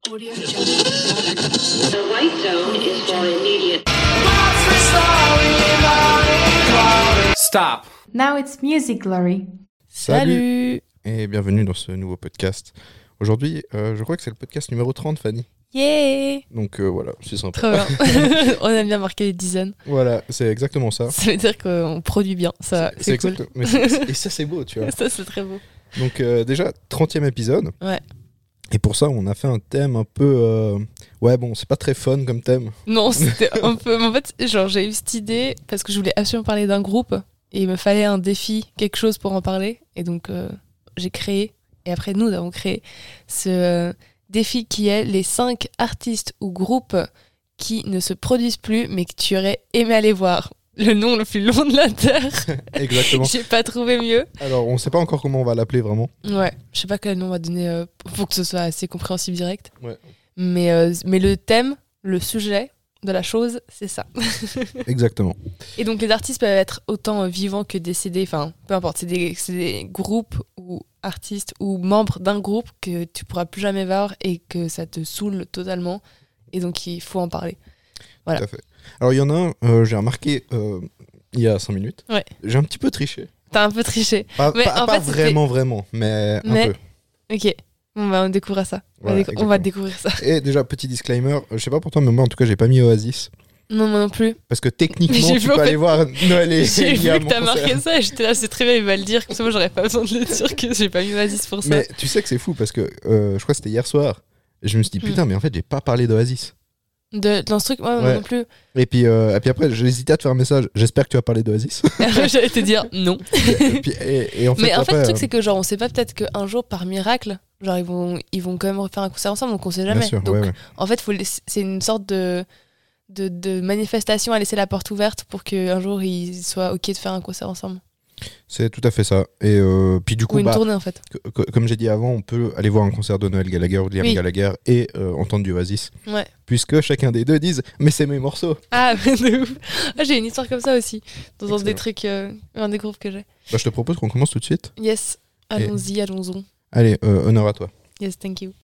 Audio Jungle. The white zone is for immediate. Stop. Now it's music glory. Salut et bienvenue dans ce nouveau podcast. Aujourd'hui, je crois que c'est le podcast numéro 30, Fanny. Yeah. Donc voilà, c'est sympa. Trop bien. On aime bien marquer les dizaines. Voilà, c'est exactement ça. Ça veut dire qu'on produit bien. Ça, c'est cool. Mais et ça, c'est beau, tu vois. Ça, c'est très beau. Donc déjà, 30e épisode. Ouais. Et pour ça, on a fait un thème un peu... Ouais, bon, c'est pas très fun comme thème. Non, c'était un peu... En fait, genre, j'ai eu cette idée parce que je voulais absolument parler d'un groupe et il me fallait un défi, quelque chose pour en parler. Et donc, j'ai créé, et après nous avons créé, ce défi qui est les 5 artistes ou groupes qui ne se produisent plus mais que tu aurais aimé aller voir. Le nom le plus long de la Terre. Exactement. J'ai pas trouvé mieux. Alors, on sait pas encore comment on va l'appeler vraiment. Ouais, je sais pas quel nom on va donner pour que ce soit assez compréhensible direct. Ouais. Mais le thème, le sujet de la chose, c'est ça. Exactement. Et donc les artistes peuvent être autant vivants que décédés, enfin peu importe, c'est des groupes ou artistes ou membres d'un groupe que tu pourras plus jamais voir et que ça te saoule totalement. Et donc il faut en parler. Voilà. Tout à fait. Alors, il y en a un, j'ai remarqué il y a 5 minutes. Ouais. J'ai un petit peu triché. T'as un peu triché. Pas, Mais pas, en pas fait, vraiment, mais un peu. Ok, on va découvrir ça. Voilà, On va découvrir ça. Et déjà, petit disclaimer, je sais pas pour toi, mais moi en tout cas, j'ai pas mis Oasis. Non, moi non plus. Parce que techniquement, J'ai tu vu, peux en fait, aller voir Noël et J'ai vu Liam que en t'as concert. marqué ça et j'étais là, c'est très bien, il va le dire. Comme ça, moi, j'aurais pas besoin de le dire que j'ai pas mis Oasis pour ça. Mais tu sais que c'est fou parce que je crois que c'était hier soir. Et je me suis dit, putain, mais en fait, j'ai pas parlé d'Oasis. Dans ce truc, moi Ouais. non plus. Et puis après, j'ai hésité à te faire un message. J'espère que tu vas parler d'Oasis. J'allais te dire non. et en fait, Mais en fait, après, le truc, c'est que genre, on sait pas, peut-être qu'un jour, par miracle, genre, ils vont quand même refaire un concert ensemble, donc on sait jamais. bien sûr, Donc, ouais. en fait, c'est une sorte de manifestation à laisser la porte ouverte pour qu'un jour, ils soient OK de faire un concert ensemble. C'est tout à fait ça. Et puis du coup, Ou une tournée, en fait. comme j'ai dit avant, on peut aller voir un concert de Noël Gallagher ou de Liam Oui. Gallagher et entendre du Oasis. Ouais. Puisque chacun des deux disent, mais c'est mes morceaux. Ah, de ouf. Ah, j'ai une histoire comme ça aussi, dans un des Excellent. trucs, un des groupes que j'ai. Bah, je te propose qu'on commence tout de suite. Yes, allons-y, allons-y. Allez, honneur à toi. Yes, thank you.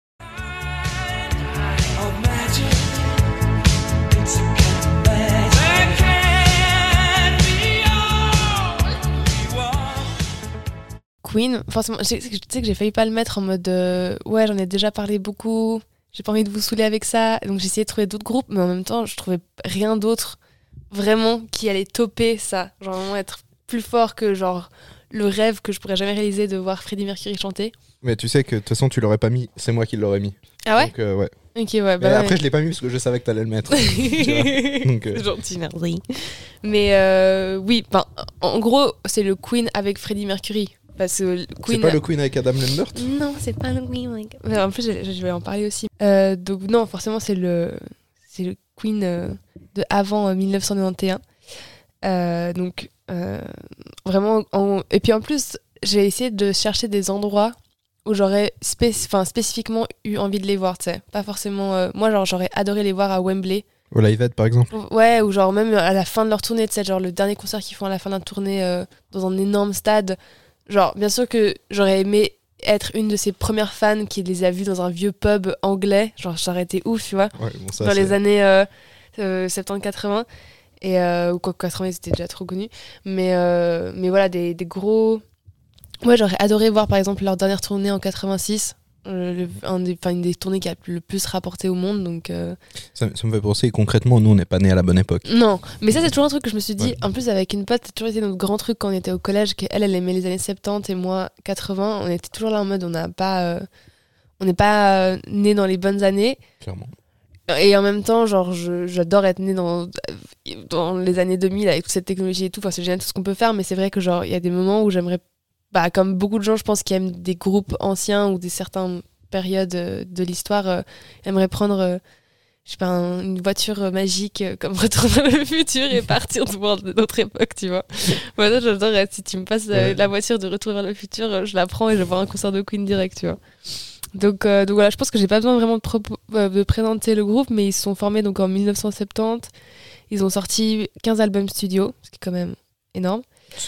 Queen, forcément, je sais que j'ai failli pas le mettre en mode ouais, j'en ai déjà parlé beaucoup, j'ai pas envie de vous saouler avec ça, donc j'ai essayé de trouver d'autres groupes, mais en même temps, je trouvais rien d'autre vraiment qui allait topper ça, genre vraiment être plus fort que genre le rêve que je pourrais jamais réaliser de voir Freddie Mercury chanter. Mais tu sais que de toute façon, tu l'aurais pas mis, c'est moi qui l'aurais mis. Ah ouais? Donc, ouais. Ok, ouais, Mais bah après, je l'ai pas mis parce que je savais que t'allais le mettre. Tu vois. Donc, C'est gentil, merci. Mais oui, en gros, c'est le Queen avec Freddie Mercury. Parce que c'est Queen. pas le Queen avec Adam Lambert? Non, c'est pas le Queen. Mais en plus, je vais en parler aussi. Donc non, forcément, c'est le Queen de avant 1991. Donc vraiment. Et puis en plus, j'ai essayé de chercher des endroits où j'aurais spécifiquement eu envie de les voir. Tu sais, pas forcément. Moi, genre, j'aurais adoré les voir à Wembley. Au Live Aid, par exemple. Ouais, ou genre même à la fin de leur tournée, tu sais, genre le dernier concert qu'ils font à la fin de la tournée dans un énorme stade. Genre, bien sûr que j'aurais aimé être une de ces premières fans qui les a vus dans un vieux pub anglais. Genre, ça aurait été ouf, tu vois. Ouais, bon, ça, Dans c'est- les années 70-80. Ou quoi, 80, c'était déjà trop connu. Mais voilà, des gros. Ouais, j'aurais adoré voir par exemple leur dernière tournée en 86. Une des tournées qui a le plus rapporté au monde, donc ça me fait penser, concrètement, nous, on n'est pas nés à la bonne époque. non, mais ça c'est toujours un truc que je me suis dit. Ouais. En plus avec une pote, c'est toujours été notre grand truc quand on était au collège, qu'elle elle aimait les années 70 et moi 80. On était toujours là en mode on n'est pas nés dans les bonnes années. Clairement. Et en même temps, genre, j'adore être née dans les années 2000 avec toute cette technologie et tout. Enfin, c'est génial tout ce qu'on peut faire, mais c'est vrai que genre il y a des moments où j'aimerais, comme beaucoup de gens, je pense, qui aiment des groupes anciens ou des certaines périodes de l'histoire, aimeraient prendre, je sais pas, une voiture magique comme Retour vers le futur et partir de voir notre époque, tu vois. Moi, ça, j'adore. Si tu me passes la voiture de Retour vers le futur, je la prends et je vais voir un concert de Queen direct, tu vois. Donc voilà, je pense que j'ai pas besoin vraiment de présenter le groupe, mais ils se sont formés donc en 1970. Ils ont sorti 15 albums studio, ce qui est quand même énorme.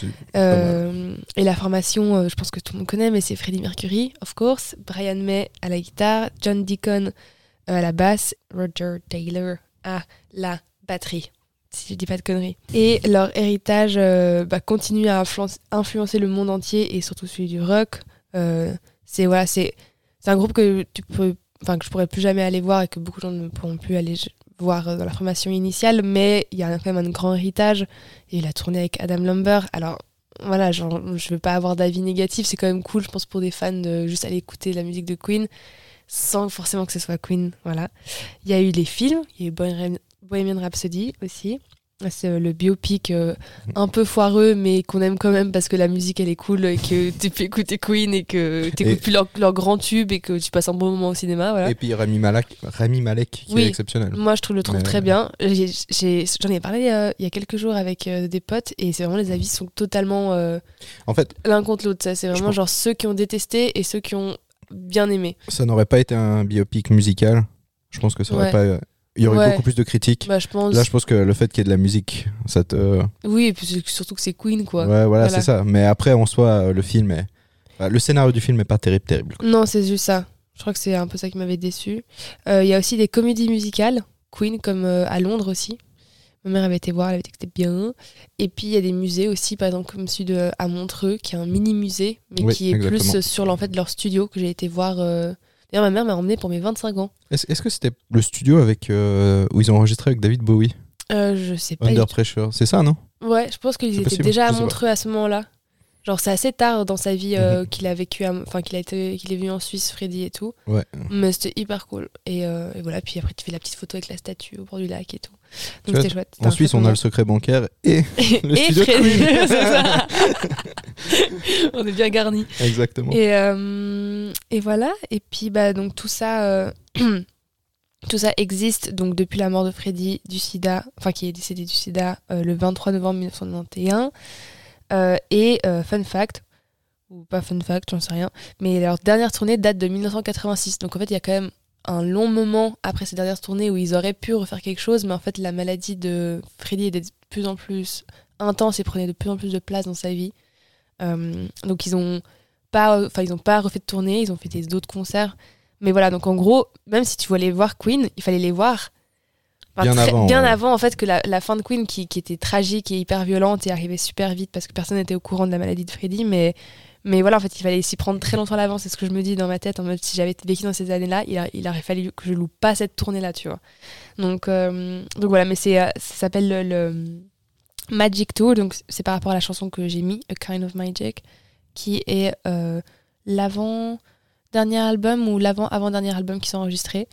Et la formation, je pense que tout le monde connaît, mais c'est Freddie Mercury, of course, Brian May à la guitare, John Deacon à la basse, Roger Taylor à la batterie, si je dis pas de conneries. Et leur héritage continue à influencer le monde entier et surtout celui du rock. C'est un groupe que que je pourrais plus jamais aller voir et que beaucoup de gens ne pourront plus aller voir dans la formation initiale, mais il y a quand même un grand héritage. Et il a tourné avec Adam Lambert. Alors voilà, je veux pas avoir d'avis négatif, c'est quand même cool, je pense, pour des fans de juste aller écouter la musique de Queen sans forcément que ce soit Queen. Voilà. Il y a eu les films, il y a eu Bohemian Rhapsody aussi. C'est le biopic un peu foireux, mais qu'on aime quand même parce que la musique elle est cool et que tu peux écouter Queen et que tu n'écoutes plus leur grand tube et que tu passes un bon moment au cinéma. Voilà. Et puis Rami Malek qui est exceptionnel. Moi je le trouve très bien. J'en ai parlé il y a quelques jours avec des potes et c'est vraiment, les avis sont totalement en fait, l'un contre l'autre. Ça, c'est vraiment genre ceux qui ont détesté et ceux qui ont bien aimé. Ça n'aurait pas été un biopic musical. Je pense que ça aurait pas. Il y aurait beaucoup plus de critiques. Je pense... Là, je pense que le fait qu'il y ait de la musique, ça te. Oui, et puis surtout que c'est Queen, quoi. Ouais, voilà, c'est ça. Mais après, en soi, le film est. Le scénario du film est pas terrible. Non, c'est juste ça. Je crois que c'est un peu ça qui m'avait déçu. Il y a aussi des comédies musicales, Queen, comme à Londres aussi. Ma mère avait été voir, elle avait dit que c'était bien. Et puis, il y a des musées aussi, par exemple, comme celui à Montreux, qui est un mini-musée, mais qui est plus sur leur studio, que j'ai été voir. D'ailleurs, ma mère m'a emmenée pour mes 25 ans. Est-ce que c'était le studio où ils ont enregistré avec David Bowie? Je sais pas. Under Pressure, c'est ça, non? Ouais, je pense qu'ils étaient déjà à Montreux à ce moment-là. Genre, c'est assez tard dans sa vie qu'il a vécu, qu'il est venu en Suisse, Freddie et tout. Ouais. Mais c'était hyper cool. Et voilà, puis après, tu fais la petite photo avec la statue au bord du lac et tout. Donc c'était chouette. En Suisse, on a le secret bancaire et le studio Freddie. Queen. C'est ça. On est bien garnis. Exactement. Et voilà. Et puis, donc tout ça. Tout ça existe donc depuis la mort de Freddie du sida, qui est décédé du sida le 23 novembre 1991. Fun fact, ou pas fun fact, j'en sais rien, mais leur dernière tournée date de 1986. Donc en fait, il y a quand même un long moment après ces dernières tournées où ils auraient pu refaire quelque chose, mais en fait, la maladie de Freddie était de plus en plus intense et prenait de plus en plus de place dans sa vie. Donc ils ont pas refait de tournée, ils ont fait d'autres concerts. Mais voilà, donc en gros, même si tu voulais voir Queen, il fallait les voir bien avant en fait que la fin de Queen qui était tragique et hyper violente et arrivait super vite parce que personne n'était au courant de la maladie de Freddie, mais voilà, en fait il fallait s'y prendre très longtemps à l'avance. C'est ce que je me dis dans ma tête, en mode si j'avais vécu dans ces années-là, il aurait fallu que je loupe pas cette tournée-là, tu vois. Donc voilà, mais ça s'appelle le Magic Tour, donc c'est par rapport à la chanson que j'ai mis, A Kind of Magic, qui est l'avant-dernier album ou l'avant-avant-dernier album qui sont enregistrés.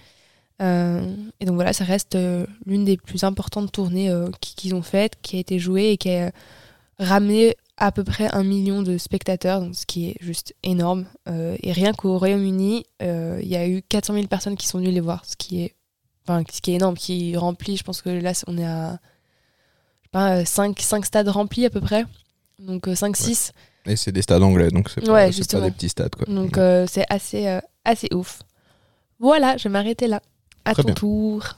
Et donc voilà, ça reste l'une des plus importantes tournées qu'ils ont faites, qui a été jouée et qui a ramené à peu près 1 million de spectateurs, donc ce qui est juste énorme. Et rien qu'au Royaume-Uni, il y a eu 400 000 personnes qui sont venues les voir, ce qui est énorme, qui remplit, je pense que là on est à 5 stades remplis à peu près, donc 5-6. Et c'est des stades anglais, donc c'est pas des petits stades, quoi. Donc c'est assez ouf. Voilà, je vais m'arrêter là. À ton tour.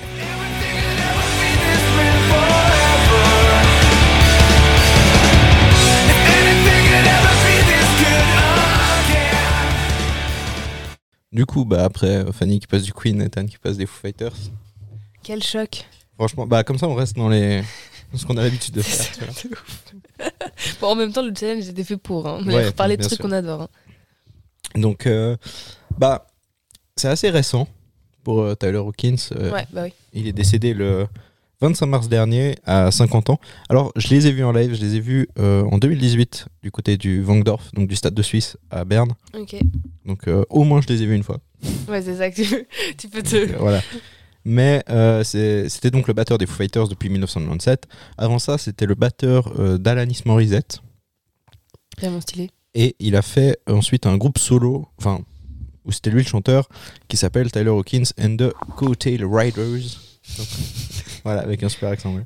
Du coup, après Fanny qui passe du Queen, Ethan qui passe des Foo Fighters. Quel choc. Franchement, comme ça on reste dans ce qu'on a l'habitude de faire. Tu vois. Bon, en même temps, le challenge était fait pour. On va reparler de trucs qu'on adore. Hein. Donc, c'est assez récent pour Taylor Hawkins. Oui. Il est décédé le 25 mars dernier à 50 ans. Alors, je les ai vus en live. Je les ai vus en 2018 du côté du Wankdorf, donc du Stade de Suisse à Berne. Ok. Donc, au moins, je les ai vus une fois. Ouais, c'est ça que tu peux te... Voilà. Mais c'était donc le batteur des Foo Fighters depuis 1997. Avant ça, c'était le batteur d'Alanis Morissette. Vraiment stylé. Et il a fait ensuite un groupe solo, où c'était lui le chanteur, qui s'appelle Tyler Hawkins and the Coattail Riders. Donc, voilà, avec un super accent.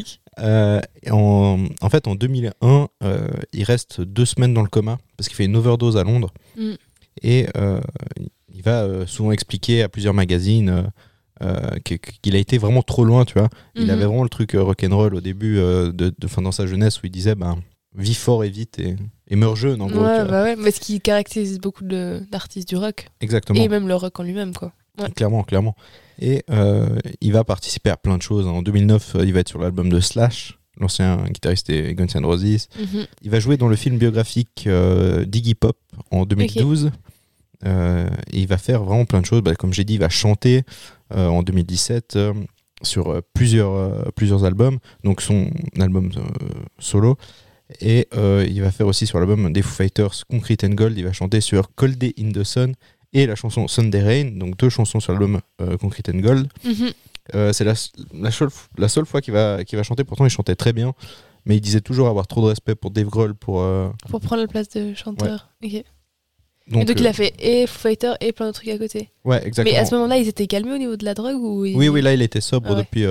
En fait, en 2001, il reste 2 semaines dans le coma parce qu'il fait une overdose à Londres. Et il va souvent expliquer à plusieurs magazines qu'il a été vraiment trop loin, tu vois. Il avait vraiment le truc rock'n'roll au début, dans sa jeunesse, où il disait vis fort et vite et meurs jeune, en gros. Ouais, mais ce qui caractérise beaucoup d'artistes du rock. Exactement. Et même le rock en lui-même, quoi. Ouais. Clairement. Et il va participer à plein de choses. En 2009, il va être sur l'album de Slash, l'ancien guitariste des Guns N' Roses. Mhm. Il va jouer dans le film biographique d'Iggy Pop en 2012. Et il va faire vraiment plein de choses. Comme j'ai dit, il va chanter en 2017 sur plusieurs albums. Donc son album solo. Et il va faire aussi sur l'album des Foo Fighters, Concrete and Gold, il va chanter sur Cold Day in the Sun et la chanson Sunday Rain, donc 2 chansons sur l'album Concrete and Gold. Mhm. C'est la seule fois qu'il va chanter, pourtant il chantait très bien, mais il disait toujours avoir trop de respect pour Dave Grohl pour prendre la place de chanteur. Ok. donc, Et donc il a fait et Foo Fighters et plein de trucs à côté. Ouais, exactement. Mais à ce moment-là, ils étaient calmés au niveau de la drogue ou Oui, là il était sobre Ah ouais. depuis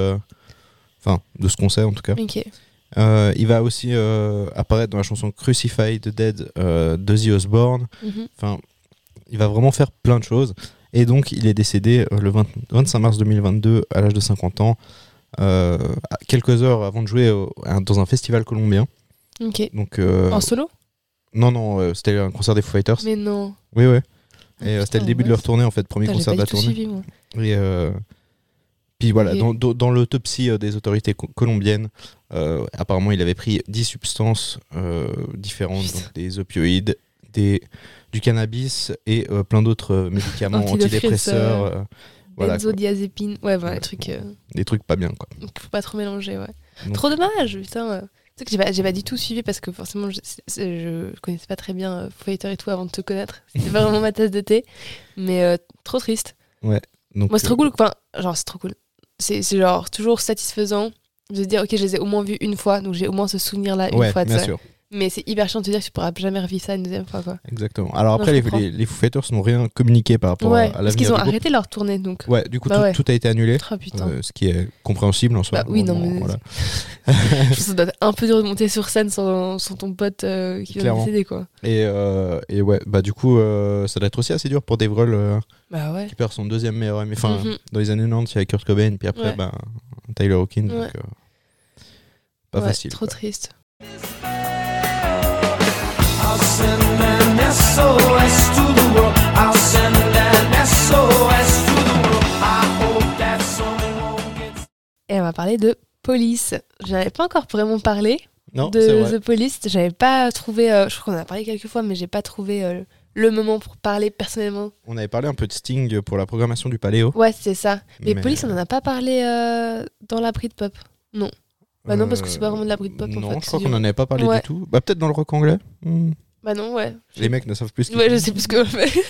de ce qu'on sait en tout cas. Ok. Il va aussi apparaître dans la chanson Crucified Dead d'Ozzy Osbourne. Mhm. Enfin, il va vraiment faire plein de choses. Et donc, il est décédé le 25 mars 2022 à l'âge de 50 ans, quelques heures avant de jouer dans un festival colombien. Ok. Donc, En solo? Non, c'était un concert des Foo Fighters. Mais non. Oui. Et Putain, c'était le début de leur tournée, en fait, premier Putain, j'ai concert pas de la du tout tournée. suivi, moi. Et puis voilà, Ok. dans l'autopsie des autorités colombiennes, apparemment il avait pris 10 substances différentes, Putain. donc des opioïdes, du cannabis et plein d'autres médicaments Antidépresseurs, antidépresseurs. Voilà, quoi. Benzodiazépine. Ouais, voilà, les trucs Des trucs pas bien, quoi. qu'il faut pas trop mélanger, ouais. Donc- Trop dommage, putain. Tu sais que j'ai pas du tout suivi parce que forcément, je connaissais pas très bien Foo Fighters et tout avant de te connaître. C'était pas vraiment ma tasse de thé. Mais trop triste. Donc, Moi, c'est trop cool. Enfin, genre, c'est trop cool. C'est genre toujours satisfaisant de se dire, ok, je les ai au moins vus une fois, donc j'ai au moins ce souvenir-là une ouais, fois de bien ça. sûr, Mais c'est hyper chiant de te dire que tu pourras jamais revivre ça une deuxième fois, quoi. exactement. Alors Non, après, je comprends. les Foo Fighters n'ont rien communiqué par rapport Ouais, à parce l'avenir qu'ils ont du groupe. arrêté leur tournée, donc. Ouais, du coup, Bah ouais. tout a été annulé, Oh putain. ce qui est compréhensible en soi. Bah oui, non, Bon, mais- voilà. Je pense que ça doit être un peu dur de monter sur scène sans ton pote qui vient de Clairement. décéder, quoi. Et ouais, du coup, ça doit être aussi assez dur pour Dave Grohl, Bah ouais. qui perd son deuxième meilleur ami. Enfin, Mhm. dans les années 90, il y avait Kurt Cobain, puis après, Ouais. Tyler Hawkins. Ouais. Donc, pas Ouais, facile. Trop quoi. triste. I'll send an SOS to the world. I'll send an SOS to the world. I hope that someone gets. Et on va parler de Police. Je n'avais pas encore vraiment parlé Non, c'est de vrai. The Police. J'avais pas trouvé. Je crois qu'on en a parlé quelques fois, mais j'ai pas trouvé le moment pour parler personnellement. On avait parlé un peu de Sting pour la programmation du Paléo. Ouais, c'est ça. Mais Mais- Police, on en a pas parlé dans la Britpop. Non. Bah non, parce que c'est pas vraiment de la Britpop, en Non, fait, je crois c'est qu'on du- en avait pas parlé Ouais. du tout. Peut-être dans le rock anglais. Bah non, ouais. Les mecs ne savent plus ce qu'ils Ouais, font. je sais plus ce que fait.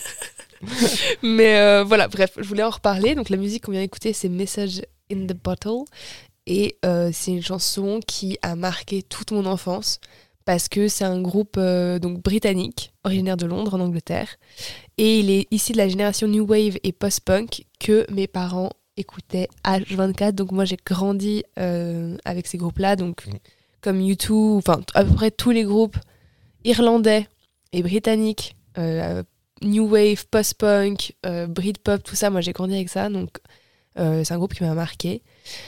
Mais voilà, bref, je voulais en reparler. Donc la musique qu'on vient d'écouter, c'est Message in the Bottle. Et c'est une chanson qui a marqué toute mon enfance. Parce que c'est un groupe donc britannique, originaire de Londres, en Angleterre. Et il est ici de la génération New Wave et Post-Punk que mes parents écoutaient H24. Donc moi, j'ai grandi avec ces groupes-là. Donc comme U2, enfin à peu près tous les groupes irlandais et britanniques, New Wave, Post-Punk, Britpop, tout ça, moi j'ai grandi avec ça, donc c'est un groupe qui m'a marqué.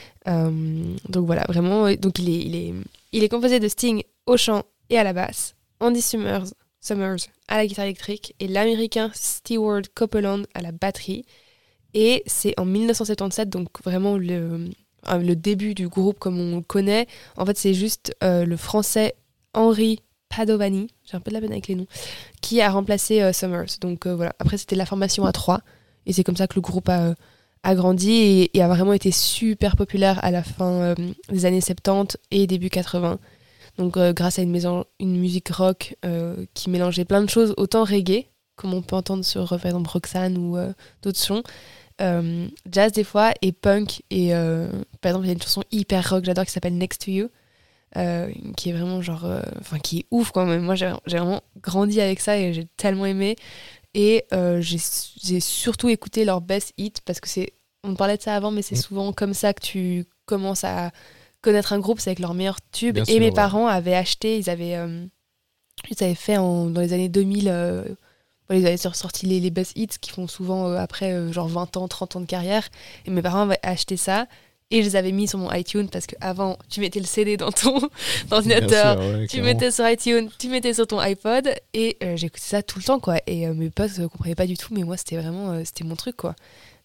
Donc voilà, vraiment, donc il est composé de Sting au chant et à la basse, Andy Summers à la guitare électrique et l'américain Stewart Copeland à la batterie. Et c'est en 1977, donc vraiment le début du groupe comme on le connaît. En fait, c'est juste le français Henri Padovani, j'ai un peu de la peine avec les noms, qui a remplacé Summers. Donc voilà, après c'était la formation à 3 et c'est comme ça que le groupe a grandi et a vraiment été super populaire à la fin des années 70 et début 80. Donc grâce à une musique rock qui mélangeait plein de choses, autant reggae, comme on peut entendre sur par exemple Roxanne ou d'autres sons, jazz des fois, et punk. Et par exemple, il y a une chanson hyper rock, j'adore, qui s'appelle Next to You. Qui est vraiment genre qui est ouf quoi. Moi j'ai vraiment grandi avec ça et j'ai tellement aimé et j'ai surtout écouté leur best hit parce que on parlait de ça avant mais c'est souvent comme ça que tu commences à connaître un groupe, c'est avec leurs meilleurs tubes. Bien et sûr, mes ouais. parents avaient acheté, ils avaient fait dans les années 2000 ils avaient sorti les best hits qui font souvent après genre 20 ans 30 ans de carrière et mes parents avaient acheté ça. Et je les avais mis sur mon iTunes parce qu'avant, tu mettais le CD dans ton ordinateur, Bien sûr, ouais, tu clairement. mettais sur iTunes, tu mettais sur ton iPod et j'écoutais ça tout le temps quoi. Et mes potes ne comprenaient pas du tout, mais moi c'était vraiment c'était mon truc quoi.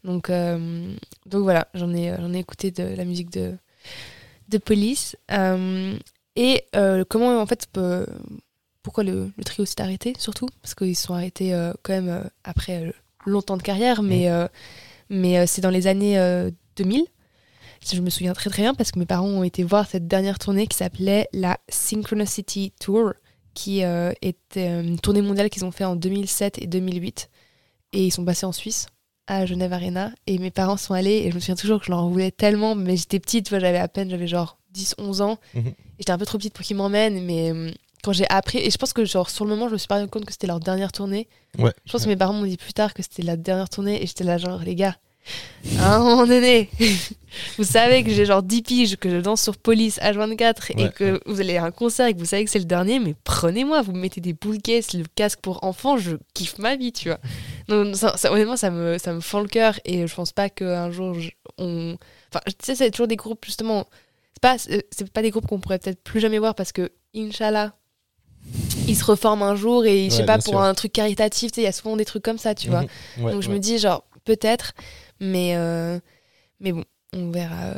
Donc voilà, j'en ai écouté de la musique de Police. Comment, en fait, pourquoi le trio s'est arrêté, surtout parce qu'ils se sont arrêtés quand même après longtemps de carrière, mais c'est dans les années 2000. Je me souviens très très bien parce que mes parents ont été voir cette dernière tournée qui s'appelait la Synchronicity Tour, qui était une tournée mondiale qu'ils ont fait en 2007 et 2008. Et ils sont passés en Suisse, à Genève Arena. Et mes parents sont allés et je me souviens toujours que je leur en voulais tellement. Mais j'étais petite, tu vois, j'avais genre 10-11 ans. Et j'étais un peu trop petite pour qu'ils m'emmènent. Mais quand j'ai appris, et je pense que genre sur le moment, je me suis pas rendu compte que c'était leur dernière tournée. Ouais. Je pense que mes parents m'ont dit plus tard que c'était la dernière tournée. Et j'étais là genre, les gars, à un moment donné, vous savez que j'ai genre 10 piges, que je danse sur Police H24 et que vous allez à un concert et que vous savez que c'est le dernier, mais prenez-moi, vous me mettez des boules caisses, le casque pour enfants, je kiffe ma vie, tu vois. Donc, honnêtement, ça me fend le cœur et je pense pas qu'un jour Enfin, tu sais, c'est toujours des groupes, justement, c'est pas des groupes qu'on pourrait peut-être plus jamais voir parce que, Inch'Allah, ils se reforment un jour et je sais pas, pour un truc caritatif, tu sais, il y a souvent des trucs comme ça, tu vois. Donc je me dis, genre, peut-être. Mais bon, on verra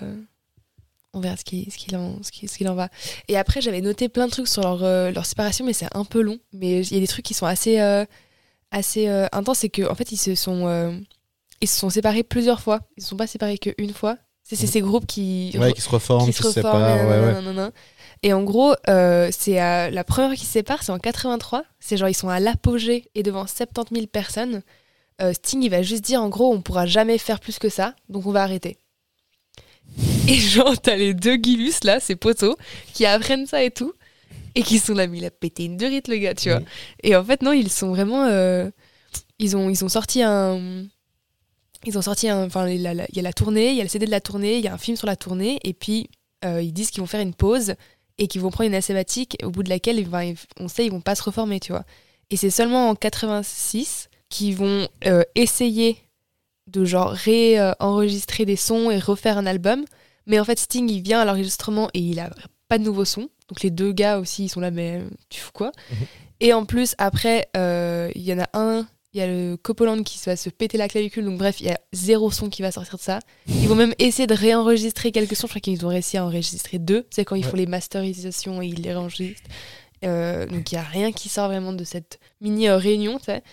ce qu'il en va. Et après, j'avais noté plein de trucs sur leur séparation, mais c'est un peu long. Mais il y a des trucs qui sont assez intenses. C'est qu'en fait, ils se sont séparés plusieurs fois. Ils ne se sont pas séparés qu'une fois. C'est ces groupes qui se reforment, qui se séparent. Et en gros, c'est la première fois qu'ils se séparent, c'est en 83. C'est genre, ils sont à l'apogée et devant 70 000 personnes. Sting, il va juste dire, en gros, on pourra jamais faire plus que ça, donc on va arrêter. Et genre, t'as les deux Guilus, là, ces poteaux, qui apprennent ça et tout, et qui sont là, mais il a pété une durite, le gars, tu vois. Et en fait, non, ils sont vraiment... Ils ont sorti un... Enfin, il y a la tournée, il y a le CD de la tournée, il y a un film sur la tournée, et puis ils disent qu'ils vont faire une pause, et qu'ils vont prendre une année sabbatique, au bout de laquelle, on sait, ils vont pas se reformer, tu vois. Et c'est seulement en 86... qui vont essayer de genre réenregistrer des sons et refaire un album. Mais en fait, Sting, il vient à l'enregistrement et il a pas de nouveaux sons. Donc les deux gars aussi, ils sont là, mais tu fous quoi ? Et en plus, après, il y en a un, il y a le Copeland qui va se péter la clavicule. Donc bref, il y a 0 son qui va sortir de ça. Ils vont même essayer de réenregistrer quelques sons. Je crois qu'ils ont réussi à enregistrer 2. C'est quand ils font les masterisations et ils les réenregistrent. Donc il n'y a rien qui sort vraiment de cette mini réunion, tu sais.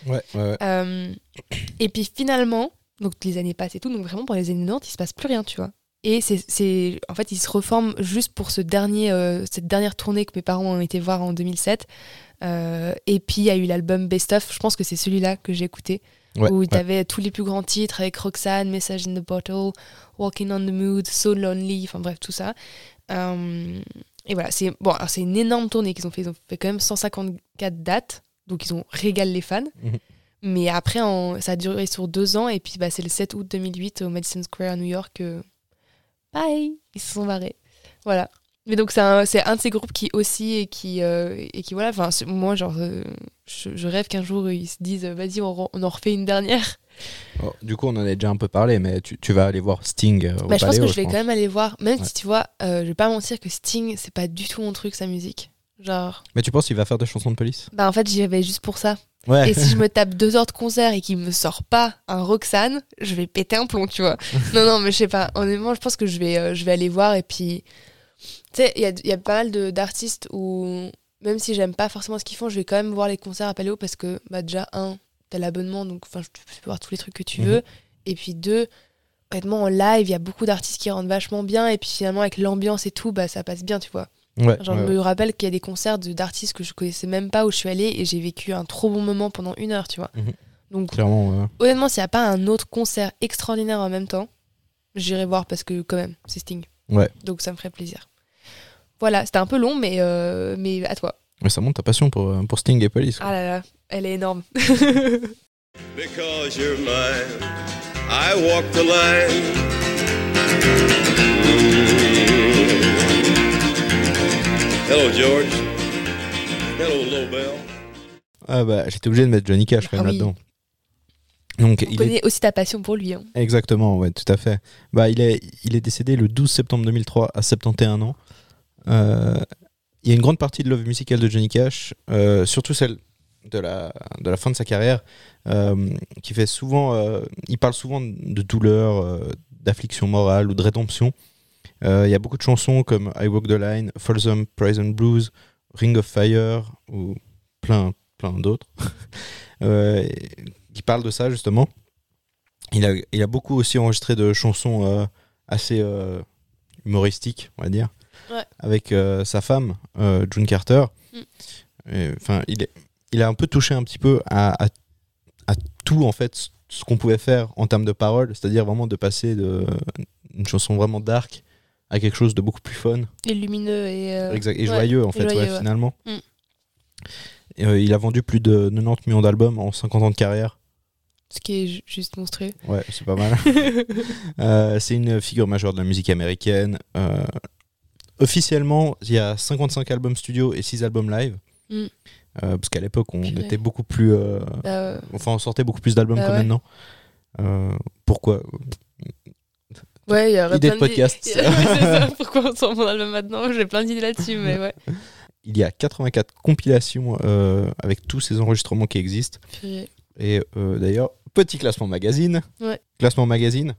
Et puis finalement, donc les années passent et tout, donc vraiment pour les années 90, il se passe plus rien, tu vois. Et en fait, ils se reforment juste pour cette dernière tournée que mes parents ont été voir en 2007. Et puis il y a eu l'album Best Of, je pense que c'est celui-là que j'ai écouté, où tu avais tous les plus grands titres avec Roxanne, Message in the Bottle, Walking on the Mood, So Lonely, enfin bref, tout ça. Et voilà, c'est une énorme tournée qu'ils ont fait. Ils ont fait quand même 154 dates, donc ils ont régalé les fans. Mais après, ça a duré sur 2 ans, et puis c'est le 7 août 2008 au Madison Square à New York. Bye, ils se sont barrés. Voilà. Mais donc c'est un de ces groupes qui aussi et qui voilà. Enfin, moi genre, je rêve qu'un jour ils se disent vas-y, on en refait une dernière. Oh, du coup, on en a déjà un peu parlé, mais tu vas aller voir Sting au je pense Paléo, que je vais quand même aller voir, même si tu vois, je vais pas mentir que Sting, c'est pas du tout mon truc, sa musique. Genre... Mais tu penses qu'il va faire des chansons de Police ? En fait, j'y vais juste pour ça. Et si je me tape 2 heures de concert et qu'il me sort pas un Roxanne, je vais péter un plomb, tu vois. non, mais je sais pas. Honnêtement, je pense que je vais aller voir, et puis... Tu sais, il y a pas mal d'artistes où, même si j'aime pas forcément ce qu'ils font, je vais quand même voir les concerts à Paléo parce que, déjà, t'as l'abonnement, donc tu peux voir tous les trucs que tu veux. Et puis 2, honnêtement, en live, il y a beaucoup d'artistes qui rendent vachement bien. Et puis finalement, avec l'ambiance et tout, ça passe bien, tu vois. Je me rappelle qu'il y a des concerts d'artistes que je connaissais même pas où je suis allée et j'ai vécu un trop bon moment pendant 1 heure, tu vois. Donc, clairement, honnêtement, s'il n'y a pas un autre concert extraordinaire en même temps, j'irai voir parce que, quand même, c'est Sting. Donc ça me ferait plaisir. Voilà, c'était un peu long, mais à toi. Mais ça montre ta passion pour Sting et Police. Ah là là, elle est énorme. Because you're mine, I walk the line. Hello George. Hello Lobel. J'étais obligé de mettre Johnny Cash quand même là-dedans. Donc, on connaît aussi ta passion pour lui. Exactement, ouais, tout à fait. Il est décédé le 12 septembre 2003 à 71 ans. Il y a une grande partie de l'œuvre musicale de Johnny Cash, surtout celle de la fin de sa carrière, qui fait souvent, il parle souvent de douleur, d'affliction morale ou de rédemption. Il y a beaucoup de chansons comme I Walk the Line, Folsom Prison Blues, Ring of Fire ou plein d'autres qui parlent de ça justement. Il a beaucoup aussi enregistré de chansons assez humoristiques, on va dire, avec sa femme, June Carter. Enfin, il a un peu touché un petit peu à tout en fait ce qu'on pouvait faire en termes de paroles, c'est-à-dire vraiment de passer d'une chanson vraiment dark à quelque chose de beaucoup plus fun. Et lumineux et joyeux en fait, joyeux, finalement. Et, il a vendu plus de 90 millions d'albums en 50 ans de carrière. Ce qui est juste monstrueux. Ouais, c'est pas mal. C'est une figure majeure de la musique américaine. Officiellement, il y a 55 albums studio et 6 albums live. Parce qu'à l'époque, on était beaucoup plus... Enfin, on sortait beaucoup plus d'albums que maintenant. Pourquoi Ouais, il y aurait idée plein de podcast. C'est ça. Pourquoi on sort mon album maintenant? J'ai plein d'idées là-dessus, mais ouais. Il y a 84 compilations avec tous ces enregistrements qui existent. Purée. Et d'ailleurs, petit classement magazine. Ouais. Classement magazine.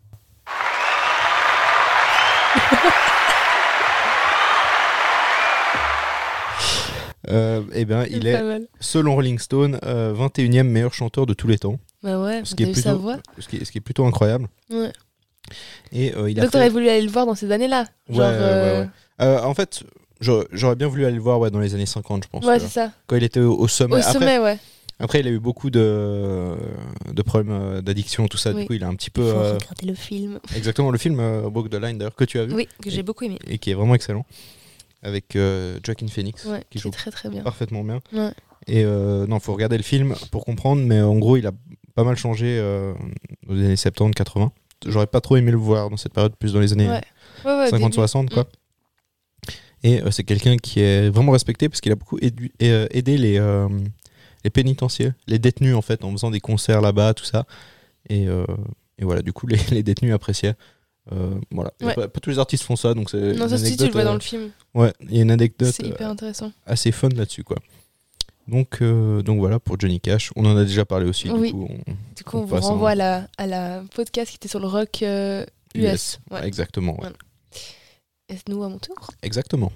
Eh bien, il est, selon Rolling Stone, 21e meilleur chanteur de tous les temps. Bah ouais, ce qui est sa voix. Ce qui est plutôt incroyable. Ouais. Et, donc t'aurais voulu aller le voir dans ces années-là, genre, ouais. En fait, j'aurais bien voulu aller le voir dans les années 50, je pense. Ouais, c'est ça. Quand il était au sommet. Sommet, ouais. Après, il a eu beaucoup de problèmes d'addiction, tout ça. Oui. Du coup, il a un petit peu... Il faut regarder le film. Exactement, le film Walk the Line, d'ailleurs, que tu as vu. Oui, que j'ai beaucoup aimé. Et qui est vraiment excellent. Avec Joaquin Phoenix, qui joue très très bien. Parfaitement bien. Ouais. Et non, faut regarder le film pour comprendre, mais en gros, il a pas mal changé dans les années 70-80. J'aurais pas trop aimé le voir dans cette période, plus dans les années 50-60, quoi. Et c'est quelqu'un qui est vraiment respecté parce qu'il a beaucoup aidé les pénitenciers, les détenus en fait, en faisant des concerts là-bas, tout ça. Et voilà, du coup, les détenus appréciaient. Voilà. Pas tous les artistes font ça, donc c'est. Non, ça tu le vois dans le film. Ouais, il y a une anecdote. C'est hyper intéressant. Assez fun là-dessus, quoi. Donc voilà pour Johnny Cash. On en a déjà parlé aussi. Oui. Du coup, on vous renvoie à la podcast qui était sur le rock US. Ouais. Exactement. Ouais. Voilà. Est-ce nous à mon tour? Exactement.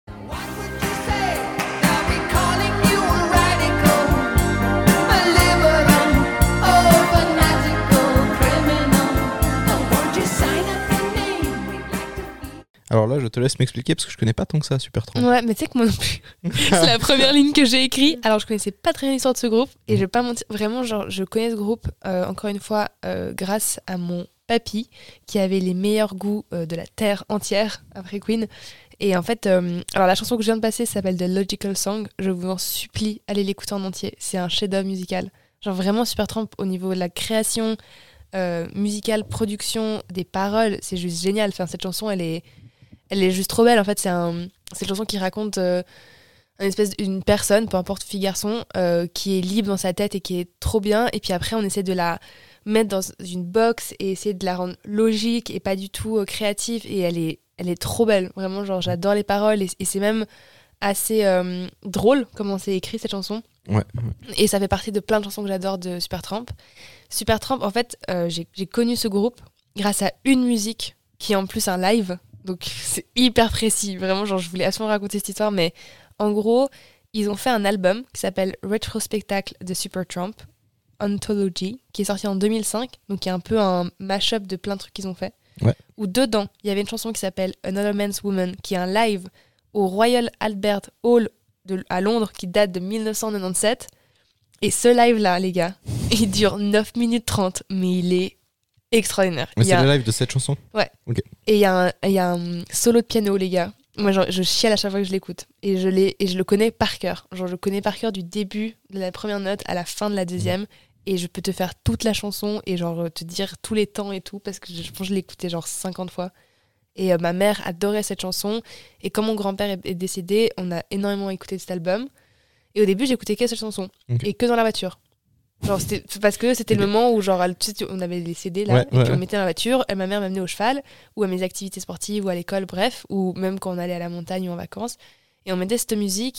Alors là, je te laisse m'expliquer parce que je connais pas tant que ça Supertramp. Ouais, mais tu sais que moi non plus. C'est la première ligne que j'ai écrite. Alors je connaissais pas très bien l'histoire de ce groupe et je vais pas mentir, vraiment, genre, je connais ce groupe encore une fois grâce à mon papy qui avait les meilleurs goûts de la terre entière après Queen. Et en fait, alors la chanson que je viens de passer s'appelle The Logical Song. Je vous en supplie, allez l'écouter en entier. C'est un chef-d'œuvre musical. Genre vraiment Supertramp au niveau de la création musicale, production, des paroles, c'est juste génial. Enfin, cette chanson, elle est juste trop belle. En fait, c'est une chanson qui raconte une personne, peu importe fille garçon, qui est libre dans sa tête et qui est trop bien. Et puis après, on essaie de la mettre dans une box et essayer de la rendre logique et pas du tout créative. Et elle est trop belle. Vraiment, genre, j'adore les paroles et c'est même assez drôle comment c'est écrit cette chanson. Ouais. Et ça fait partie de plein de chansons que j'adore de Supertramp. Supertramp, en fait, j'ai connu ce groupe grâce à une musique qui est en plus un live. Donc c'est hyper précis, vraiment, genre je voulais absolument raconter cette histoire, mais en gros, ils ont fait un album qui s'appelle Retrospectacle de Supertramp, Anthology, qui est sorti en 2005, donc il y a un peu un mash-up de plein de trucs qu'ils ont fait, où dedans, il y avait une chanson qui s'appelle Another Man's Woman, qui est un live au Royal Albert Hall à Londres, qui date de 1997, et ce live-là, les gars, il dure 9 minutes 30, mais il est extraordinaire. Mais c'est le live de cette chanson? Ouais. Okay. Et il y a un solo de piano, les gars. Moi, genre, je chiale à chaque fois que je l'écoute. Et je le connais par cœur. Genre, je connais par cœur du début de la première note à la fin de la deuxième. Et je peux te faire toute la chanson et genre te dire tous les temps et tout. Parce que je pense que je l'ai écoutée genre 50 fois. Et ma mère adorait cette chanson. Et quand mon grand-père est décédé, on a énormément écouté cet album. Et au début, j'écoutais que cette chanson. Okay. Et que dans la voiture. Genre c'était parce que c'était le moment où genre tu sais, on avait les CD là et puis on mettait dans la voiture et ma mère m'amenait au cheval ou à mes activités sportives ou à l'école, bref, ou même quand on allait à la montagne ou en vacances et on mettait cette musique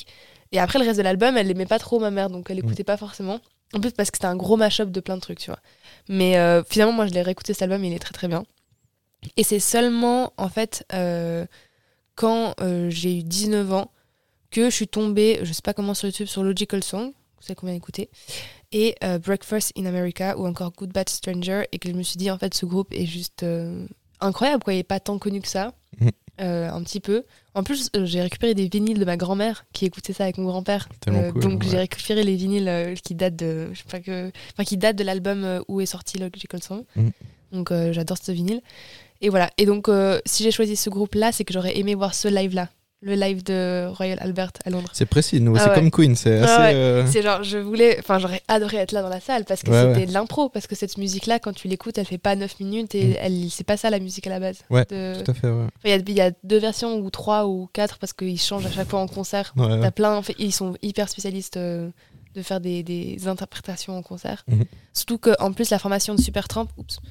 Et après, le reste de l'album, elle l'aimait pas trop, ma mère, donc elle écoutait pas forcément. En plus, parce que c'était un gros mash-up de plein de trucs, tu vois. Mais finalement, moi, je l'ai réécouté cet album, il est très très bien. Et c'est seulement, en fait, quand j'ai eu 19 ans, que je suis tombée, je sais pas comment sur YouTube, sur Logical Song, vous savez combien écouter, et Breakfast in America, ou encore Good Bad Stranger, et que je me suis dit, en fait, ce groupe est juste incroyable, quoi. Il est pas tant connu que ça. Un petit peu. En plus, j'ai récupéré des vinyles de ma grand-mère qui écoutait ça avec mon grand-père. Tellement cool, donc ouais. j'ai récupéré les vinyles qui datent de, je sais pas que, enfin qui datent de l'album où est sorti Logical Song. Donc j'adore ce vinyle. Et voilà. Et donc si j'ai choisi ce groupe-là, c'est que j'aurais aimé voir ce live-là, le live de Royal Albert à Londres. C'est précis, nous, Ah c'est ouais. comme Queen, c'est assez. Ouais. C'est genre, j'aurais adoré être là dans la salle parce que Ouais, c'était de l'impro, parce que cette musique-là, quand tu l'écoutes, elle fait pas 9 minutes et c'est pas ça la musique à la base. Ouais, De- tout à fait, ouais. Il y a 2 versions ou 3 ou 4 parce qu'ils changent à chaque fois en concert. Ouais, ouais. T'as plein, en fait, ils sont hyper spécialistes de faire des interprétations en concert. Surtout qu'en plus la formation de Supertramp,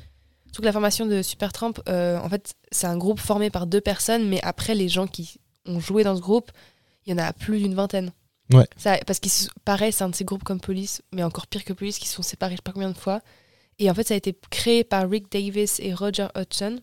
en fait c'est un groupe formé par 2 personnes, mais après les gens qui ont joué dans ce groupe, il y en a plus d'une vingtaine. Ouais. Ça, parce que pareil, c'est un de ces groupes comme Police, mais encore pire que Police, qui se sont séparés je sais pas combien de fois. Et en fait ça a été créé par Rick Davis et Roger Hodgson.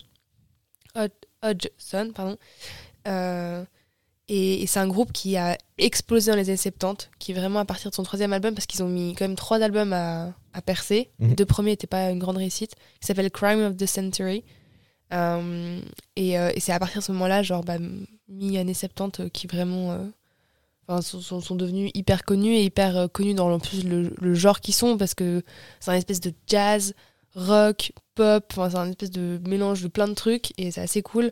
Et c'est un groupe qui a explosé dans les années 70, qui est vraiment à partir de son 3e album, parce qu'ils ont mis quand même 3 albums à percer. Les 2 premiers n'étaient pas une grande réussite, qui s'appelle Crime of the Century. Et c'est à partir de ce moment-là, genre mi-années 70, qui vraiment sont devenus hyper connus et hyper connus dans en plus le genre qu'ils sont, parce que c'est un espèce de jazz, rock, pop, c'est un espèce de mélange de plein de trucs, et c'est assez cool.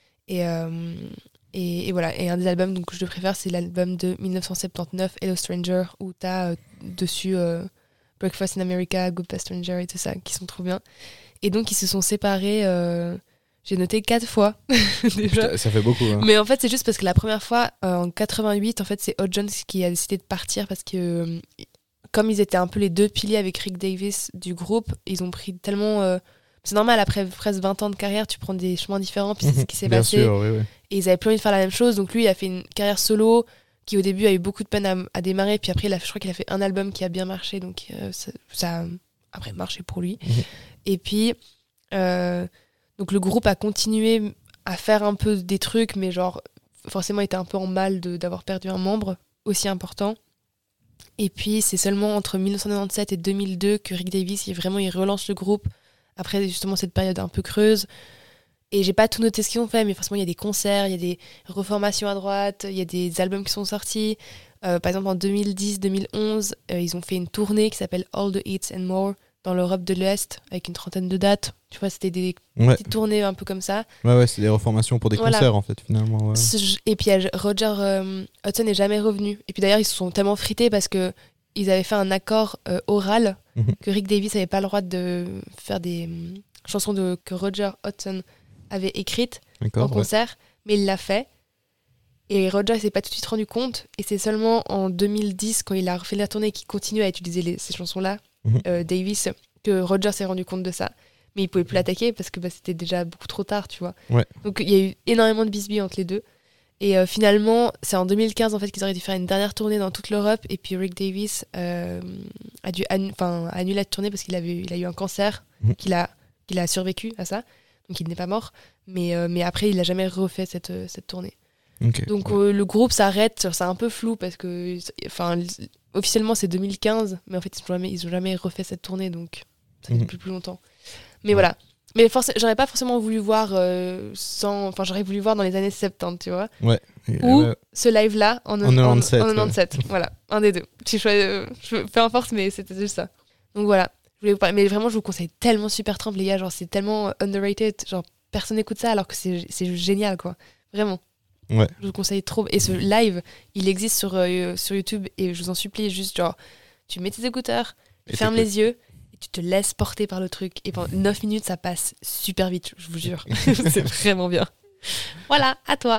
Et voilà, et un des albums donc, que je préfère, c'est l'album de 1979, Hello Stranger, où t'as dessus Breakfast in America, Good Bad Stranger et tout ça, qui sont trop bien. Et donc ils se sont séparés, j'ai noté 4 fois déjà. Putain, ça fait beaucoup. Hein. Mais en fait c'est juste parce que la première fois, en 88, en fait c'est Hodgson qui a décidé de partir, parce que comme ils étaient un peu les 2 piliers avec Rick Davis du groupe, ils ont pris tellement... c'est normal, après presque 20 ans de carrière, tu prends des chemins différents, puis c'est ce qui s'est Bien passé. sûr, oui, oui. Et ils avaient plus envie de faire la même chose, donc lui il a fait une carrière solo qui au début a eu beaucoup de peine à démarrer, puis après je crois qu'il a fait un album qui a bien marché, donc ça a après marché pour lui. Et puis donc le groupe a continué à faire un peu des trucs, mais genre forcément était un peu en mal d'avoir perdu un membre aussi important. Et puis c'est seulement entre 1997 et 2002 que Rick Davis il relance le groupe, après justement cette période un peu creuse. Et j'ai pas tout noté ce qu'ils ont fait, mais forcément il y a des concerts, il y a des reformations à droite, il y a des albums qui sont sortis. Par exemple en 2010-2011, ils ont fait une tournée qui s'appelle All the Hits and More dans l'Europe de l'Est, avec une 30aine de dates. Tu vois, c'était des petites tournées un peu comme ça. Ouais, c'est des reformations pour des concerts en fait, finalement. Ouais. Et puis Roger Hodgson n'est jamais revenu. Et puis d'ailleurs, ils se sont tellement frités parce que ils avaient fait un accord oral que Rick Davis n'avait pas le droit de faire des chansons que Roger Hodgson avait écrites en concert, mais il l'a fait. Et Roger s'est pas tout de suite rendu compte, et c'est seulement en 2010, quand il a refait la tournée, qu'il continue à utiliser ces chansons-là, Davis, que Roger s'est rendu compte de ça. Mais il pouvait plus l'attaquer parce que c'était déjà beaucoup trop tard, tu vois. Ouais. Donc il y a eu énormément de bisbilles entre les deux. Et finalement, c'est en 2015 en fait qu'ils auraient dû faire une dernière tournée dans toute l'Europe, et puis Rick Davis a dû annuler la tournée parce qu'il a eu un cancer, qu'il a survécu à ça, donc il n'est pas mort. Mais après, il n'a jamais refait cette tournée. Okay. Donc le groupe s'arrête, c'est un peu flou parce que officiellement c'est 2015, mais en fait ils ont jamais refait cette tournée, donc ça fait plus longtemps. Mais voilà. Mais j'aurais pas forcément voulu voir j'aurais voulu voir dans les années 70, tu vois. Ouais. Ou ce live là en 97. 97. Voilà, un des deux. Peu importe, mais c'était juste ça. Donc voilà. Je voulais vous parler, mais vraiment je vous conseille tellement Supertramp, les gars, genre c'est tellement underrated, genre personne n'écoute ça alors que c'est génial, quoi. Vraiment. Ouais. Je vous conseille trop. Et ce live, il existe sur YouTube, et je vous en supplie, juste genre, tu mets tes écouteurs, tu fermes les yeux, et tu te laisses porter par le truc. Et pendant 9 minutes, ça passe super vite, je vous jure. C'est vraiment bien. Voilà, à toi.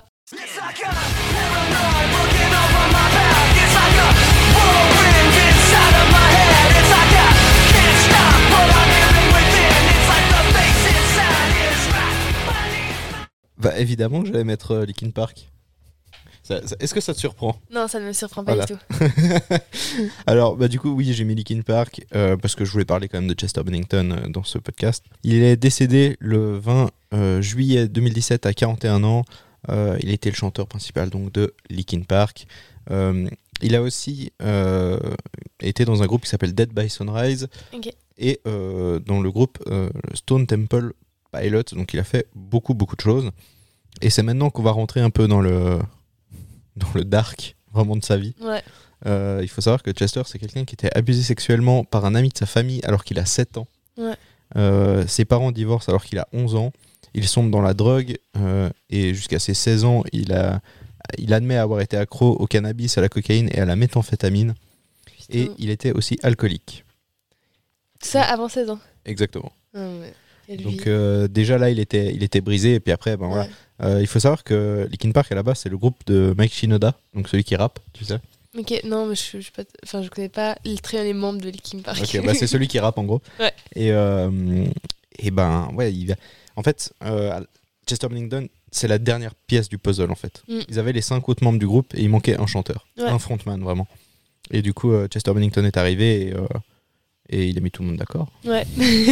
Bah évidemment que j'allais mettre Linkin Park. Est-ce que ça te surprend? Non, ça ne me surprend pas Voilà. du tout. Alors, du coup, oui, j'ai mis Linkin Park parce que je voulais parler quand même de Chester Bennington dans ce podcast. Il est décédé le 20 juillet 2017 à 41 ans. Il était le chanteur principal donc de Linkin Park. Il a aussi été dans un groupe qui s'appelle Dead by Sunrise et dans le groupe Stone Temple Pilots. Donc, il a fait beaucoup de choses. Et c'est maintenant qu'on va rentrer un peu dans le dark vraiment de sa vie. Ouais. Il faut savoir que Chester, c'est quelqu'un qui était abusé sexuellement par un ami de sa famille alors qu'il a 7 ans. Ouais. Ses parents divorcent alors qu'il a 11 ans. Il sombre dans la drogue et jusqu'à ses 16 ans, il admet avoir été accro au cannabis, à la cocaïne et à la méthamphétamine. Putain. Et il était aussi alcoolique. Tout ça avant 16 ans. Exactement. Ah ouais. Quelle vie. Donc déjà là, il était brisé et puis après, ben voilà. Il faut savoir que Linkin Park à la base, c'est le groupe de Mike Shinoda, donc celui qui rappe, tu sais. Ok, non, mais je pas, enfin, je connais pas très bien les membres de Linkin Park. Ok, bah c'est celui qui rappe en gros. Ouais. Et ben ouais, en fait, Chester Bennington, c'est la dernière pièce du puzzle en fait. Ils avaient les 5 autres membres du groupe et il manquait un chanteur, un frontman vraiment. Et du coup, Chester Bennington est arrivé et il a mis tout le monde d'accord. Ouais.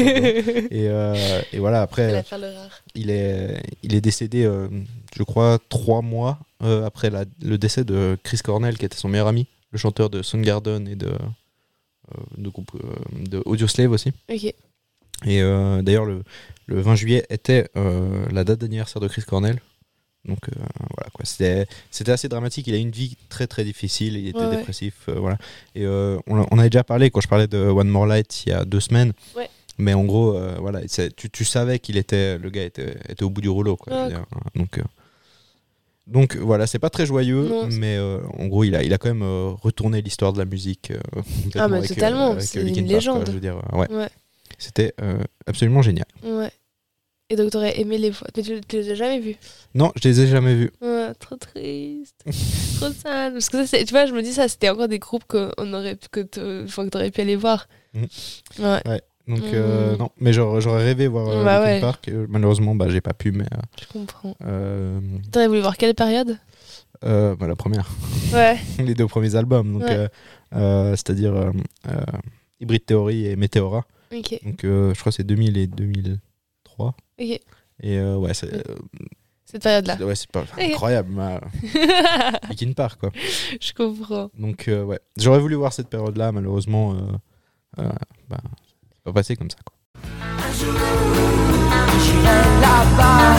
et voilà, après, l'affaire le rare. il est décédé, je crois, 3 mois après le décès de Chris Cornell, qui était son meilleur ami, le chanteur de Soundgarden et de groupe de Audioslave aussi. Ok. Et d'ailleurs, le 20 juillet était la date d'anniversaire de Chris Cornell. Donc voilà quoi, c'était assez dramatique. Il a eu une vie très très difficile, il était dépressif, voilà. Et on avait déjà parlé quand je parlais de One More Light il y a 2 semaines. Ouais. Mais en gros, voilà, tu savais le gars était au bout du rouleau quoi. Ouais. Je veux dire. Donc voilà, c'est pas très joyeux, mais en gros, il a quand même retourné l'histoire de la musique. Ah mais totalement, avec c'est Linkin une Park, légende. quoi, je veux dire, ouais. Ouais. C'était absolument génial. Ouais. Et donc t'aurais aimé les voir, mais tu les as jamais vus? Non, je les ai jamais vus. Ouais, trop triste, trop sad. Parce que ça, tu vois, je me dis ça, c'était encore des groupes que t'aurais pu aller voir. Ouais. Donc non, mais j'aurais rêvé voir Linkin Park. Malheureusement, j'ai pas pu, mais. Je comprends. Euh, T'aurais voulu voir quelle période? La première. Ouais. Les 2 premiers albums, donc c'est-à-dire Hybrid Theory et Meteora. Ok. Donc je crois que c'est 2000 et 2003. Ok. Et ouais, c'est. Cette période-là. C'est pas incroyable, Linkin Park quoi. Je comprends. Donc ouais, j'aurais voulu voir cette période-là, malheureusement, c'est pas passé comme ça quoi. Un jour, j'irai là-bas.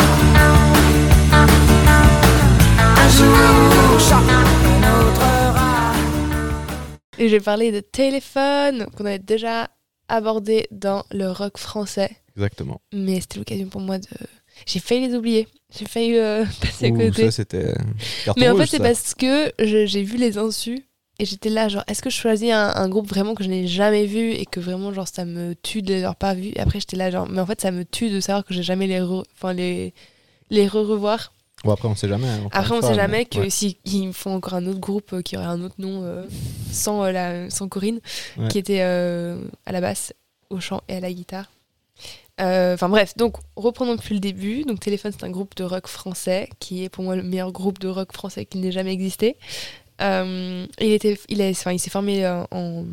Un jour, chacun notre rat. Et j'ai parlé de Téléphone, qu'on avait déjà abordé dans le rock français. Exactement. Mais c'était l'occasion pour moi de... J'ai failli les oublier. J'ai failli passer à Ouh, côté. ça c'était carton Mais en rouge, fait, c'est ça. parce que j'ai vu les insus et j'étais là, genre, est-ce que je choisis un groupe vraiment que je n'ai jamais vu et que vraiment, genre, ça me tue de les avoir pas vus. Et après, j'étais là, genre, mais en fait, ça me tue de savoir que j'ai jamais les revoir. Bon, après, on sait jamais. Hein, Après, on sait jamais que ouais. s'ils font encore un autre groupe qui aurait un autre nom sans Corinne, Ouais. qui était à la basse, au chant et à la guitare. Enfin bref, donc reprenons depuis le début. Donc Téléphone, c'est un groupe de rock français qui est pour moi le meilleur groupe de rock français qui n'ait jamais existé. Il s'est formé en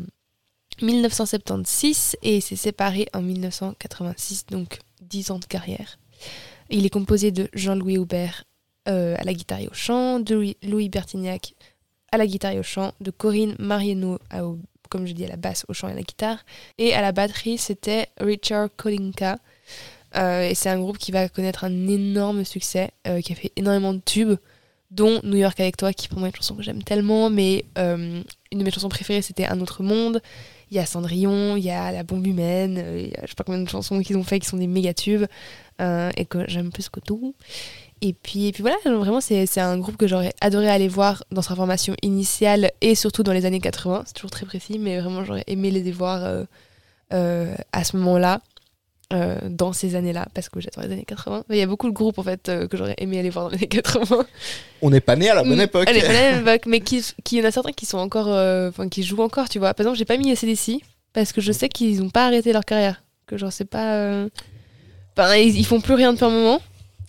1976 et il s'est séparé en 1986, donc 10 ans de carrière. Il est composé de Jean-Louis Aubert à la guitare et au chant, de Louis Bertignac à la guitare et au chant, de Corinne Mariano comme je dis, à la basse, au chant et à la guitare. Et à la batterie, c'était Richard Kolinka. Et c'est un groupe qui va connaître un énorme succès, qui a fait énormément de tubes, dont New York avec toi, qui pour moi est une chanson que j'aime tellement. Mais une de mes chansons préférées, c'était Un autre monde. Il y a Cendrillon, il y a La bombe humaine, il y a je sais pas combien de chansons qu'ils ont fait qui sont des méga tubes, et que j'aime plus que tout. Et puis voilà, vraiment, c'est un groupe que j'aurais adoré aller voir dans sa formation initiale et surtout dans les années 80. C'est toujours très précis, mais vraiment, j'aurais aimé les voir à ce moment-là, dans ces années-là, parce que j'adore les années 80. Il y a beaucoup de groupes, en fait, que j'aurais aimé aller voir dans les années 80. On n'est pas né à la bonne époque. Elle est pas à la même époque, mais il y en a certains qui sont encore, qui jouent encore, tu vois. Par exemple, j'ai pas mis AC/DC parce que je sais qu'ils ont pas arrêté leur carrière. Que genre, c'est pas. Ils font plus rien depuis un moment.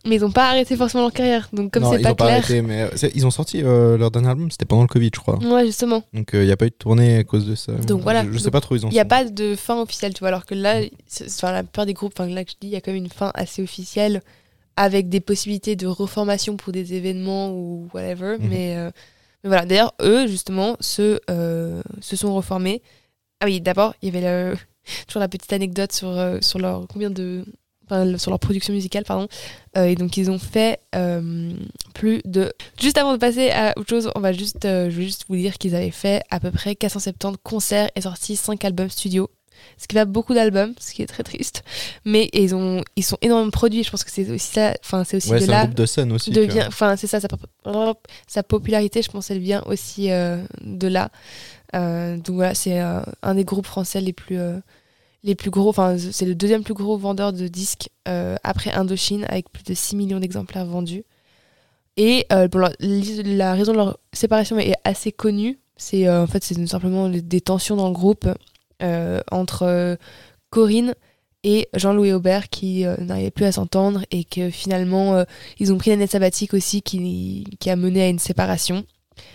mais ils ont pas arrêté forcément leur carrière. Donc comme Non, c'est ils pas ont pas clair. arrêté, mais ils ont sorti leur dernier album, c'était pendant le Covid, je crois. Ouais, justement. Donc il n'y a pas eu de tournée à cause de ça. Donc voilà. Je sais Donc, pas trop où ils en Il n'y a sont. pas de fin officielle, tu vois. Alors que là, la plupart des groupes, là que je dis, il y a quand même une fin assez officielle avec des possibilités de reformation pour des événements ou whatever. Mhm. Mais voilà. D'ailleurs, eux, justement, se sont reformés. Ah oui, d'abord, il y avait toujours la petite anecdote sur leur sur leur production musicale, pardon. Et donc, ils ont fait plus de... Juste avant de passer à autre chose, je vais juste vous dire qu'ils avaient fait à peu près 470 concerts et sorti 5 albums studio. Ce qui fait beaucoup d'albums, ce qui est très triste. Mais ils sont énormément produits. Je pense que c'est aussi ça. Enfin, c'est aussi Ouais, de c'est là. un groupe de scène aussi. Enfin, c'est ça. Sa popularité, je pense, elle vient aussi de là. Donc voilà, c'est un des groupes français les plus gros. Enfin, c'est le deuxième plus gros vendeur de disques après Indochine, avec plus de 6 millions d'exemplaires vendus. Et la raison de leur séparation est assez connue. C'est en fait, c'est simplement des tensions dans le groupe entre Corinne et Jean-Louis Aubert qui n'arrivaient plus à s'entendre et que finalement ils ont pris l'année sabbatique aussi qui a mené à une séparation.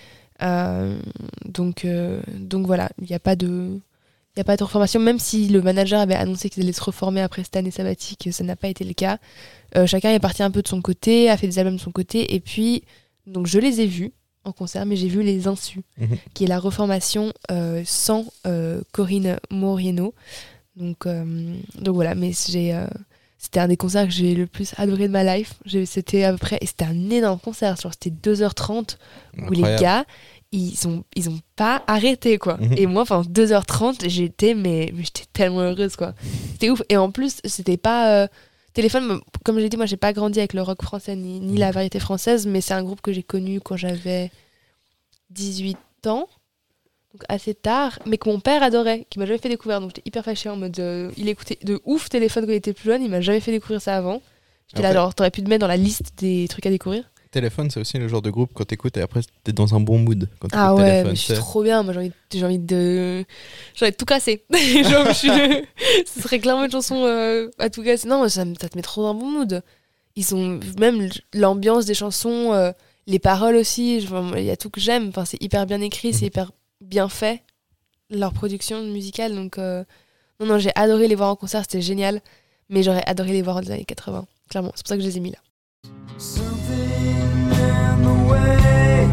Donc voilà, il n'y a pas de reformation, même si le manager avait annoncé qu'ils allaient se reformer après cette année sabbatique, ça n'a pas été le cas. Chacun est parti un peu de son côté, a fait des albums de son côté, et puis donc je les ai vus en concert, mais j'ai vu les Insus, qui est la reformation sans Corinne Morieno. Donc voilà, mais c'était un des concerts que j'ai le plus adoré de ma life. C'était à peu près, et c'était un énorme concert, genre c'était 2h30 où les gars ils ont pas arrêté quoi. Et moi, 2h30, j'étais tellement heureuse quoi. C'était ouf. Et en plus, c'était pas Téléphone, comme j'ai dit, moi j'ai pas grandi avec le rock français ni la variété française, mais c'est un groupe que j'ai connu quand j'avais 18 ans, donc assez tard, mais que mon père adorait, qui m'a jamais fait découvrir. Donc j'étais hyper fâchée en mode il écoutait de ouf Téléphone quand il était plus jeune, il m'a jamais fait découvrir ça avant. J'étais là, genre t'aurais pu te mettre dans la liste des trucs à découvrir. Téléphone, c'est aussi le genre de groupe quand t'écoutes et après t'es dans un bon mood. Quand Ah ouais, Téléphone, mais je suis trop bien. Moi j'ai envie de tout casser. Genre, ce serait clairement une chanson à tout casser. Non, ça te met trop dans un bon mood. Ils ont même l'ambiance des chansons, les paroles aussi. Il y a tout que j'aime. Enfin, c'est hyper bien écrit, c'est hyper bien fait, leur production musicale. Donc non, j'ai adoré les voir en concert, c'était génial. Mais j'aurais adoré les voir dans les années 80. Clairement, c'est pour ça que je les ai mis là. Something in the way.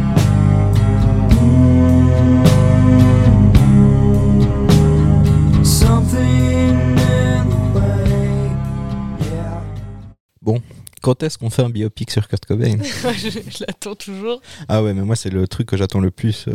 Something in the way. Yeah. Bon, quand est-ce qu'on fait un biopic sur Kurt Cobain? Je l'attends toujours. Ah ouais, mais moi c'est le truc que j'attends le plus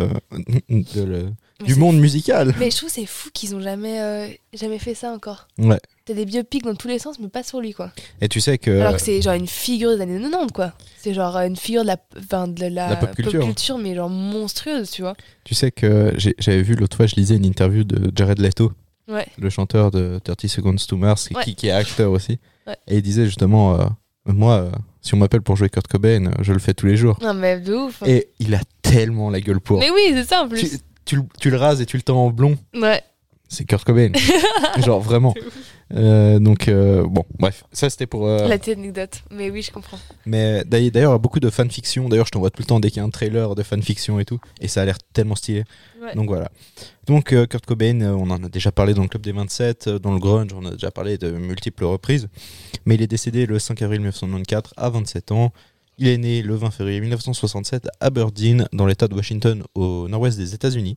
du monde musical. Mais je trouve que c'est fou qu'ils ont jamais fait ça encore. Ouais. T'as des biopics dans tous les sens, mais pas sur lui, quoi. Et tu sais que... Alors que c'est genre une figure des années 90, quoi. C'est genre une figure de la pop culture, mais genre monstrueuse, tu vois. Tu sais que j'avais vu l'autre fois, je lisais une interview de Jared Leto, Ouais. le chanteur de 30 Seconds to Mars, Ouais. qui est acteur aussi. Ouais. Et il disait justement, moi, si on m'appelle pour jouer Kurt Cobain, je le fais tous les jours. Non, mais de ouf. Et il a tellement la gueule pour. Mais oui, c'est ça en plus. Tu le rases et tu le tends en blond, Ouais. c'est Kurt Cobain. Genre vraiment. Donc bon, bref, ça c'était pour... La petite anecdote. Mais oui, je comprends. Mais d'ailleurs, il y a beaucoup de fanfiction. D'ailleurs, je t'envoie tout le temps dès qu'il y a un trailer de fanfiction et tout. Et ça a l'air tellement stylé. Ouais. Donc voilà. Donc Kurt Cobain, on en a déjà parlé dans le Club des 27, dans le grunge, on en a déjà parlé de multiples reprises. Mais il est décédé le 5 avril 1994 à 27 ans. Il est né le 20 février 1967 à Aberdeen, dans l'état de Washington, au nord-ouest des États-Unis.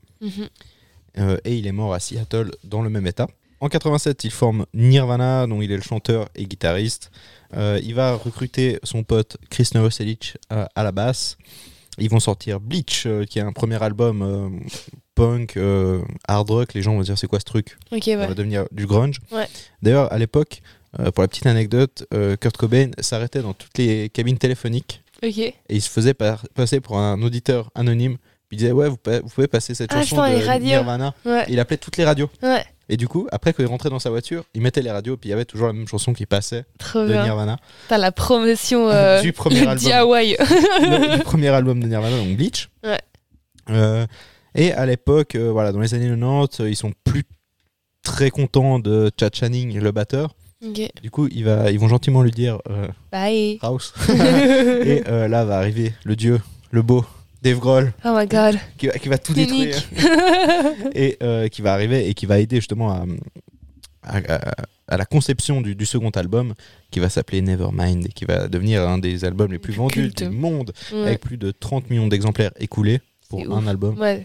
Et il est mort à Seattle, dans le même état. En 87, il forme Nirvana, dont il est le chanteur et guitariste. Il va recruter son pote Chris Novoselic à la basse. Ils vont sortir Bleach, qui est un premier album punk, hard rock. Les gens vont dire c'est quoi ce truc? Ok, Ça va ouais. devenir du grunge. Ouais. D'ailleurs, à l'époque, pour la petite anecdote, Kurt Cobain s'arrêtait dans toutes les cabines téléphoniques Ok. et il se faisait passer pour un auditeur anonyme. Il disait ouais, vous pouvez passer cette chanson putain, les de radios. Nirvana. Ouais. Et il appelait toutes les radios. Ouais. Et du coup, après qu'il rentrait dans sa voiture, il mettait les radios, puis il y avait toujours la même chanson qui passait Trop de bien. Nirvana. T'as la promotion Du premier album. DIY. Du premier album de Nirvana, donc Bleach. Ouais. Et à l'époque, voilà, dans les années 90, ils sont plus très contents de Chad Channing, le batteur. Ok. Du coup, ils vont gentiment lui dire Bye. House. Et là va arriver le dieu, le beau, Dave Grohl, Oh my god. qui va tout détruire. Et qui va arriver et qui va aider justement à la conception du second album, qui va s'appeler Nevermind, et qui va devenir un des albums les plus vendus Culte. du monde, Ouais. avec plus de 30 millions d'exemplaires écoulés pour C'est un ouf. album. Ouais.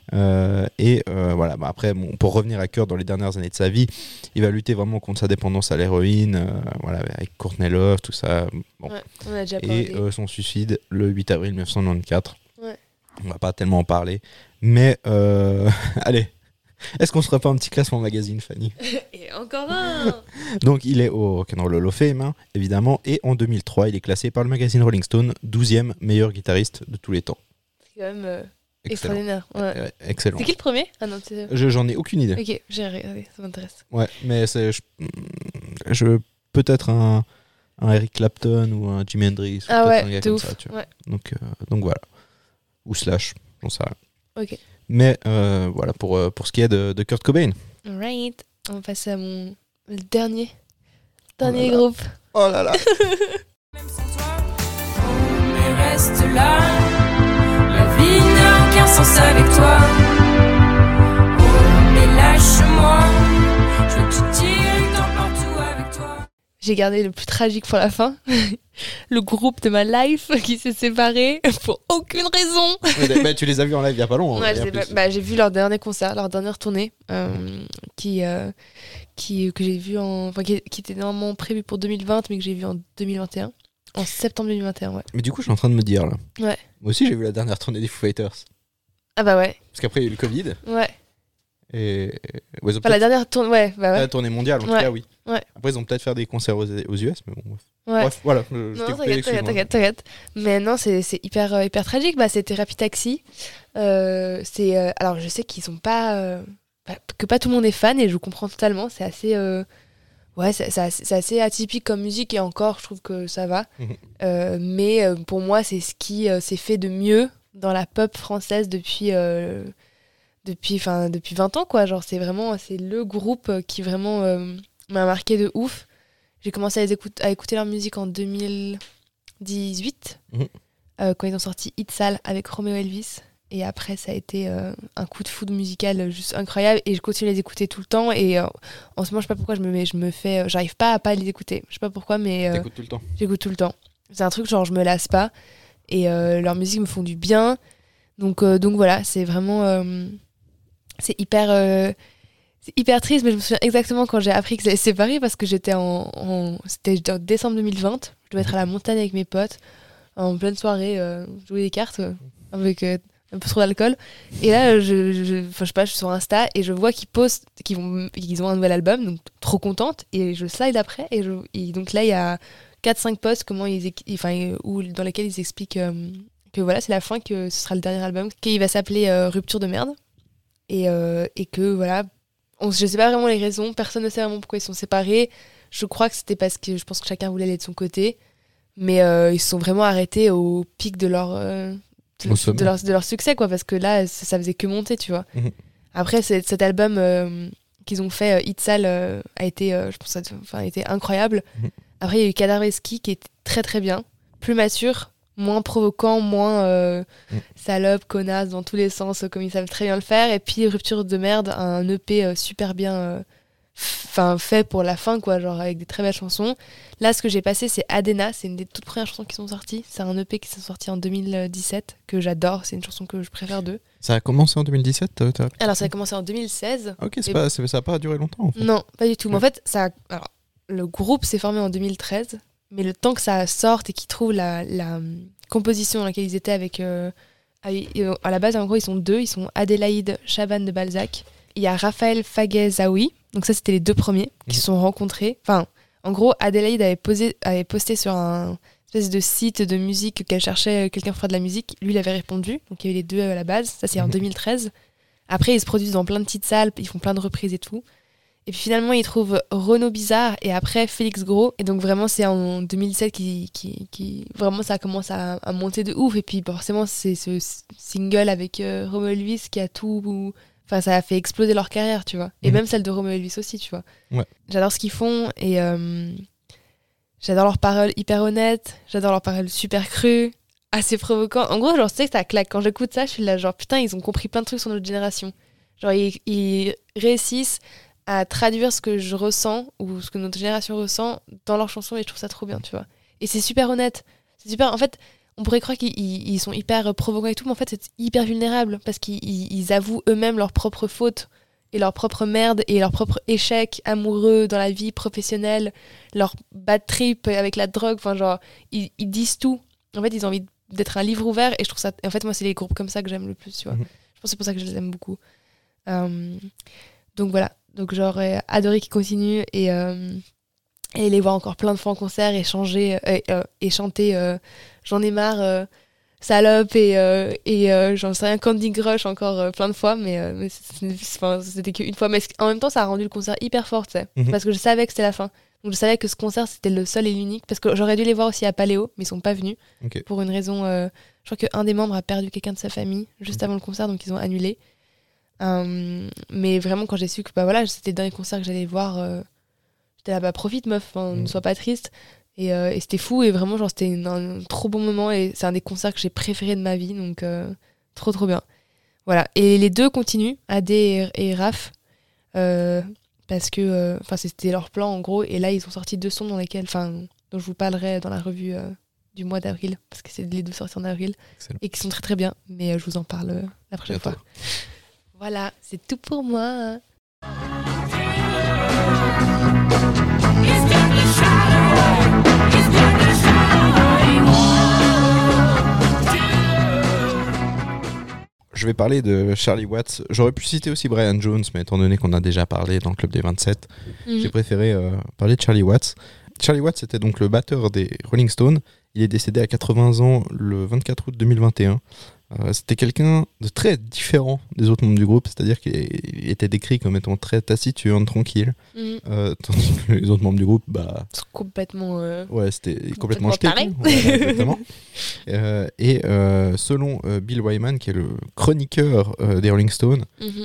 Voilà, après, pour revenir à Kurt dans les dernières années de sa vie, il va lutter vraiment contre sa dépendance à l'héroïne, voilà, avec Courtney Love, tout ça. Bon. Ouais, on a déjà Et parlé. son suicide le 8 avril 1994. Ouais. On va pas tellement en parler, mais allez, est-ce qu'on se ferait pas un petit classement magazine, Fanny? Et encore un. Donc il est au Rock'n'Roll Hall of Fame, hein, évidemment, et en 2003, il est classé par le magazine Rolling Stone 12e meilleur guitariste de tous les temps. C'est quand même Excellent. extraordinaire. Ouais. Excellent. C'est qui le premier? Ah non, c'est... J'en ai aucune idée. Ok, j'ai regardé, ça m'intéresse. Ouais, mais c'est peut-être un Eric Clapton ou un Jimi Hendrix, ou Ah peut-être ouais, un gars de comme ouf. ça, tu vois. Ouais. Donc voilà. Ou Slash, j'en sais rien. Ok. Mais voilà pour ce qui est de Kurt Cobain. Alright. On va passer à mon le dernier là là. groupe. Oh là là. Même sans toi, mais reste là. La vie n'a aucun sens avec toi. Oh, mais lâche-moi. Je veux te dire n'importe où avec toi. J'ai gardé le plus tragique pour la fin. Le groupe de ma life qui s'est séparé pour aucune raison. Mais tu les as vus en live il y a pas longtemps. Ouais, et en plus. j'ai vu leur dernier concert, leur dernière tournée, que j'ai vu qui était normalement prévu pour 2020, mais que j'ai vu en 2021, en septembre 2021, ouais. Mais du coup, je suis en train de me dire là. Ouais. Moi aussi, j'ai vu la dernière tournée des Foo Fighters. Ah bah ouais, Parce qu'après, il y a eu le Covid. ouais. Et ouais, ils ont Enfin, la dernière tournée, ouais, bah ouais. la tournée mondiale, en tout Ouais. cas, oui. Ouais. Après, ils ont peut-être fait des concerts aux US, mais bon. Bref. Ouais. Bref, voilà. Non, t'inquiète. Mais non, c'est hyper tragique. Bah, c'était Thérapie Taxi. Alors, je sais qu'ils sont pas... que pas tout le monde est fan, et je comprends totalement. C'est assez... Ouais, c'est assez atypique comme musique, et encore, je trouve que ça va. Mais pour moi, c'est ce qui s'est fait de mieux dans la pop française depuis 20 ans, quoi. Genre, c'est le groupe qui vraiment m'a marqué de ouf. J'ai commencé à écouter leur musique en 2018, quand ils ont sorti Hit Sale avec Romeo Elvis. Et après, ça a été un coup de foudre musical juste incroyable. Et je continue à les écouter tout le temps. Et en ce moment, je sais pas pourquoi, j'arrive pas à pas les écouter. Je sais pas pourquoi, mais T'écoutes tout le temps. j'écoute tout le temps. C'est un truc, genre, je me lasse pas. Et leur musique me font du bien. Donc voilà, c'est vraiment... c'est hyper triste, mais je me souviens exactement quand j'ai appris que ça allait se séparer, parce que j'étais c'était en décembre 2020. Je devais être à la montagne avec mes potes, en pleine soirée, jouer des cartes avec un peu trop d'alcool. Et là, je sais pas, je suis sur Insta et je vois qu'ils postent qu'ils ont un nouvel album, donc trop contente. Et je slide après, et donc là, il y a 4-5 posts dans lesquels ils expliquent que voilà, c'est la fin, que ce sera le dernier album, qu'il va s'appeler Rupture de merde. Et que voilà, je sais pas vraiment les raisons, personne ne sait vraiment pourquoi ils sont séparés. Je crois que c'était parce que je pense que chacun voulait aller de son côté, mais ils se sont vraiment arrêtés au pic de leur succès, quoi, parce que là ça faisait que monter, tu vois. Après, cet album qu'ils ont fait, Hit Sale, a été je pense a été incroyable. Après, il y a eu Cadavereski qui était très très bien, plus mature, moins provoquant, moins salope, connasse dans tous les sens, comme ils savent très bien le faire. Et puis Rupture de merde, un EP super bien fait pour la fin, quoi, genre avec des très belles chansons. Là, ce que j'ai passé, c'est Adena, c'est une des toutes premières chansons qui sont sorties. C'est un EP qui sont sortis en 2017, que j'adore, c'est une chanson que je préfère d'eux. Ça a commencé en 2017 Alors, ça a commencé en 20116. Ok, ça n'a pas duré longtemps, en fait. Non, pas du tout. Mais en fait, le groupe s'est formé en 2013, mais le temps que ça sorte et qu'ils trouvent la composition dans laquelle ils étaient avec... à la base, en gros, ils sont deux. Ils sont Adélaïde Chaban de Balzac. Il y a Raphaël Faguet-Zaoui. Donc ça, c'était les deux premiers qui se sont rencontrés. Enfin, en gros, Adélaïde avait posté sur un espèce de site de musique qu'elle cherchait quelqu'un pour faire de la musique. Lui, il avait répondu. Donc il y avait les deux à la base. Ça, c'est en 2013. Après, ils se produisent dans plein de petites salles. Ils font plein de reprises et tout. Et puis finalement, ils trouvent Renaud Bizarre et après Félix Gros. Et donc vraiment, c'est en 2017 qui vraiment, ça commence à monter de ouf. Et puis forcément, c'est ce single avec Romeo Elvis qui a tout... Enfin, ça a fait exploser leur carrière, tu vois. Et Mhm. même celle de Romeo Elvis aussi, tu vois. Ouais. J'adore ce qu'ils font et j'adore leurs paroles hyper honnêtes, j'adore leurs paroles super crues, assez provocantes. En gros, genre, tu sais que ça claque. Quand j'écoute ça, je suis là, genre, putain, ils ont compris plein de trucs sur notre génération. Genre, ils réussissent à traduire ce que je ressens ou ce que notre génération ressent dans leurs chansons et je trouve ça trop bien, tu vois. Et c'est super honnête. C'est super. En fait, on pourrait croire qu'ils sont hyper provocants et tout, mais en fait, c'est hyper vulnérable parce qu'ils avouent eux-mêmes leurs propres fautes et leurs propres merdes et leurs propres échecs amoureux dans la vie professionnelle, leur bad trip avec la drogue. Enfin, genre, ils disent tout. En fait, ils ont envie d'être un livre ouvert et je trouve ça. En fait, moi, c'est les groupes comme ça que j'aime le plus, tu vois. Mhm. Je pense que c'est pour ça que je les aime beaucoup. Donc voilà. Donc, j'aurais adoré qu'ils continuent et les voir encore plein de fois en concert et chanter J'en ai marre, salope et j'en sais rien, Candy Crush encore plein de fois, mais c'était qu'une fois. Mais en même temps, ça a rendu le concert hyper fort, tu sais, Mhm. parce que je savais que c'était la fin. Donc je savais que ce concert, c'était le seul et l'unique, parce que j'aurais dû les voir aussi à Paléo, mais ils sont pas venus, Ok. pour une raison... je crois qu'un des membres a perdu quelqu'un de sa famille juste avant le concert, donc ils ont annulé. Mais vraiment, quand j'ai su que bah, voilà, c'était le dernier concert que j'allais voir, j'étais là, bah profite meuf, ne sois pas triste. Et c'était fou, et vraiment, genre, c'était un trop bon moment, et c'est un des concerts que j'ai préférés de ma vie, donc trop trop bien. Voilà, et les deux continuent, AD et Raph, parce que c'était leur plan en gros, et là ils ont sorti 2 sons dont je vous parlerai dans la revue du mois d'avril, parce que c'est les 2 sorties en avril, Excellent. et qui sont très très bien, mais je vous en parle la prochaine Bientôt. fois. Voilà, c'est tout pour moi. Je vais parler de Charlie Watts. J'aurais pu citer aussi Brian Jones, mais étant donné qu'on a déjà parlé dans le Club des 27, j'ai préféré parler de Charlie Watts. Charlie Watts était donc le batteur des Rolling Stones. Il est décédé à 80 ans le 24 août 2021. C'était quelqu'un de très différent des autres membres du groupe, c'est-à-dire qu'il était décrit comme étant très taciturne, tranquille, tandis que les autres membres du groupe, bah, C'est complètement... ouais, c'était complètement jeté. taré. Voilà, exactement. Selon Bill Wyman, qui est le chroniqueur des Rolling Stones,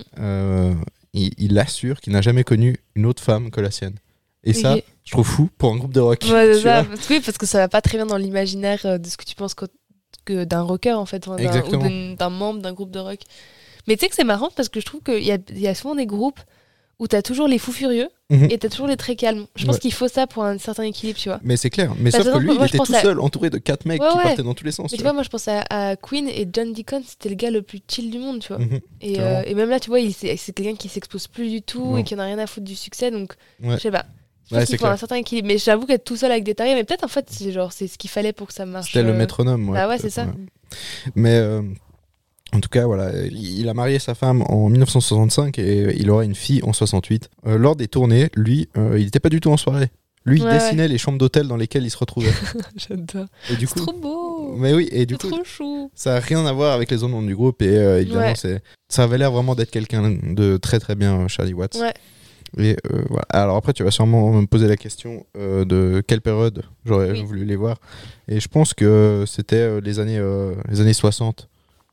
il assure qu'il n'a jamais connu une autre femme que la sienne. Et ça, Ok. je trouve fou pour un groupe de rock. Ouais, c'est tu ça. vois. Parce que ça va pas très bien dans l'imaginaire de ce que tu penses que d'un rocker, en fait, Exactement. ou d'un membre d'un groupe de rock. Mais tu sais que c'est marrant parce que je trouve qu'il y a souvent des groupes où t'as toujours les fous furieux Mhm. et t'as toujours les très calmes. Je pense Ouais. qu'il faut ça pour un certain équilibre, tu vois. Mais c'est clair. Mais Bah, sauf que par lui, exemple, il moi, je était pense tout à- seul, entouré de 4 mecs Ouais, qui ouais. partaient dans tous les sens. Mais tu tu vois, moi je pense à Queen et John Deacon, c'était le gars le plus chill du monde, tu vois. Mhm. Et, clairement. et même là, tu vois, c'est quelqu'un qui s'expose plus du tout Non. et qui en a rien à foutre du succès, donc Ouais. je sais pas. Je Ouais, pense c'est qu'il faut clair. un certain équilibre. Mais j'avoue qu'être tout seul avec des tarés, mais peut-être en fait, c'est ce qu'il fallait pour que ça marche. C'était le métronome. Bah ouais, peut-être, c'est ça. Mais en tout cas, voilà, il a marié sa femme en 1965 et il aura une fille en 68. Lors des tournées, lui, il n'était pas du tout en soirée. Lui, il Ouais, dessinait les chambres d'hôtel dans lesquelles il se retrouvait. J'adore. Et du C'est coup, trop beau. mais oui, et du C'est coup, trop chou. ça n'a rien à voir avec les autres membres du groupe et évidemment, Ouais. ça avait l'air vraiment d'être quelqu'un de très très bien, Charlie Watts. Ouais. Et voilà. Alors après, tu vas sûrement me poser la question de quelle période j'aurais Oui. voulu les voir. Et je pense que c'était les années 60.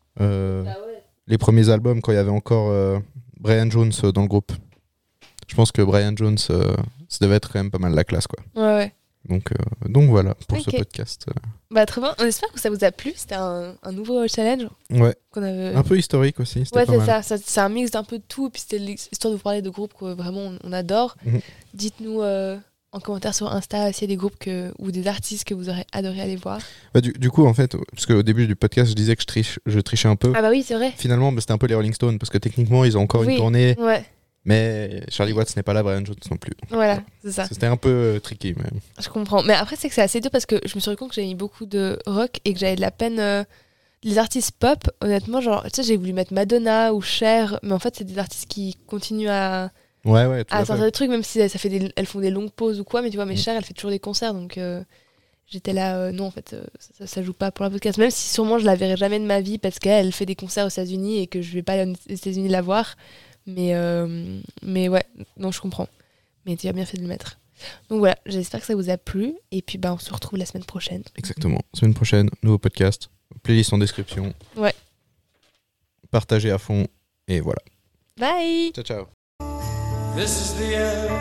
Les premiers albums, quand il y avait encore Brian Jones dans le groupe. Je pense que Brian Jones, ça devait être quand même pas mal la classe, quoi. Ouais. Donc voilà, pour ce Ok. podcast. Bah, très bien. On espère que ça vous a plu. C'était un nouveau challenge Ouais, qu'on avait. un peu historique aussi. C'était Ouais, pas c'est mal. ça. C'est un mix d'un peu de tout. Et puis, c'était l'histoire de vous parler de groupes que vraiment on adore. Mhm. Dites-nous en commentaire sur Insta s'il y a des groupes ou des artistes que vous aurez adoré aller voir. Bah, du coup, en fait, parce qu'au début du podcast, je disais que je trichais un peu. Ah, bah oui, c'est vrai. Finalement, bah, c'était un peu les Rolling Stones, parce que techniquement, ils ont encore Oui. une tournée, Ouais, mais Charlie Watts n'est pas là, Brian Jones non plus. voilà, c'est ça. C'était un peu tricky, mais Je comprends. Mais après, c'est que c'est assez dur parce que je me suis rendu compte que j'avais mis beaucoup de rock et que j'avais de la peine. Les artistes pop, honnêtement, genre, tu sais, j'ai voulu mettre Madonna ou Cher, mais en fait, c'est des artistes qui continuent à ouais, tout à sortir fait. des trucs, même si elles font des longues pauses ou quoi, mais tu vois, mais Mm. Cher, elle fait toujours des concerts, donc j'étais là, non, en fait, ça joue pas pour la podcast, même si sûrement je la verrai jamais de ma vie parce qu'elle fait des concerts aux États-Unis et que je vais pas aller aux États-Unis la voir, mais ouais, non, je comprends. Mais tu as bien fait de le mettre. Donc voilà, j'espère que ça vous a plu, et puis bah, on se retrouve la semaine prochaine. Exactement. Semaine prochaine, nouveau podcast, playlist en description. Ouais. Partagez à fond, et voilà. Bye. Ciao, ciao. This is the end,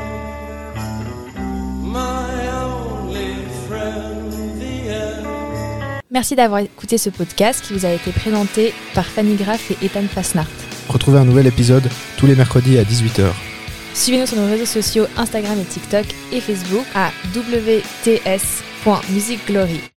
my only friend, the end. Merci d'avoir écouté ce podcast qui vous a été présenté par Fanny Graff et Ethan Fasnart. Retrouvez un nouvel épisode tous les mercredis à 18h. Suivez-nous sur nos réseaux sociaux Instagram et TikTok et Facebook à wts.musicglory.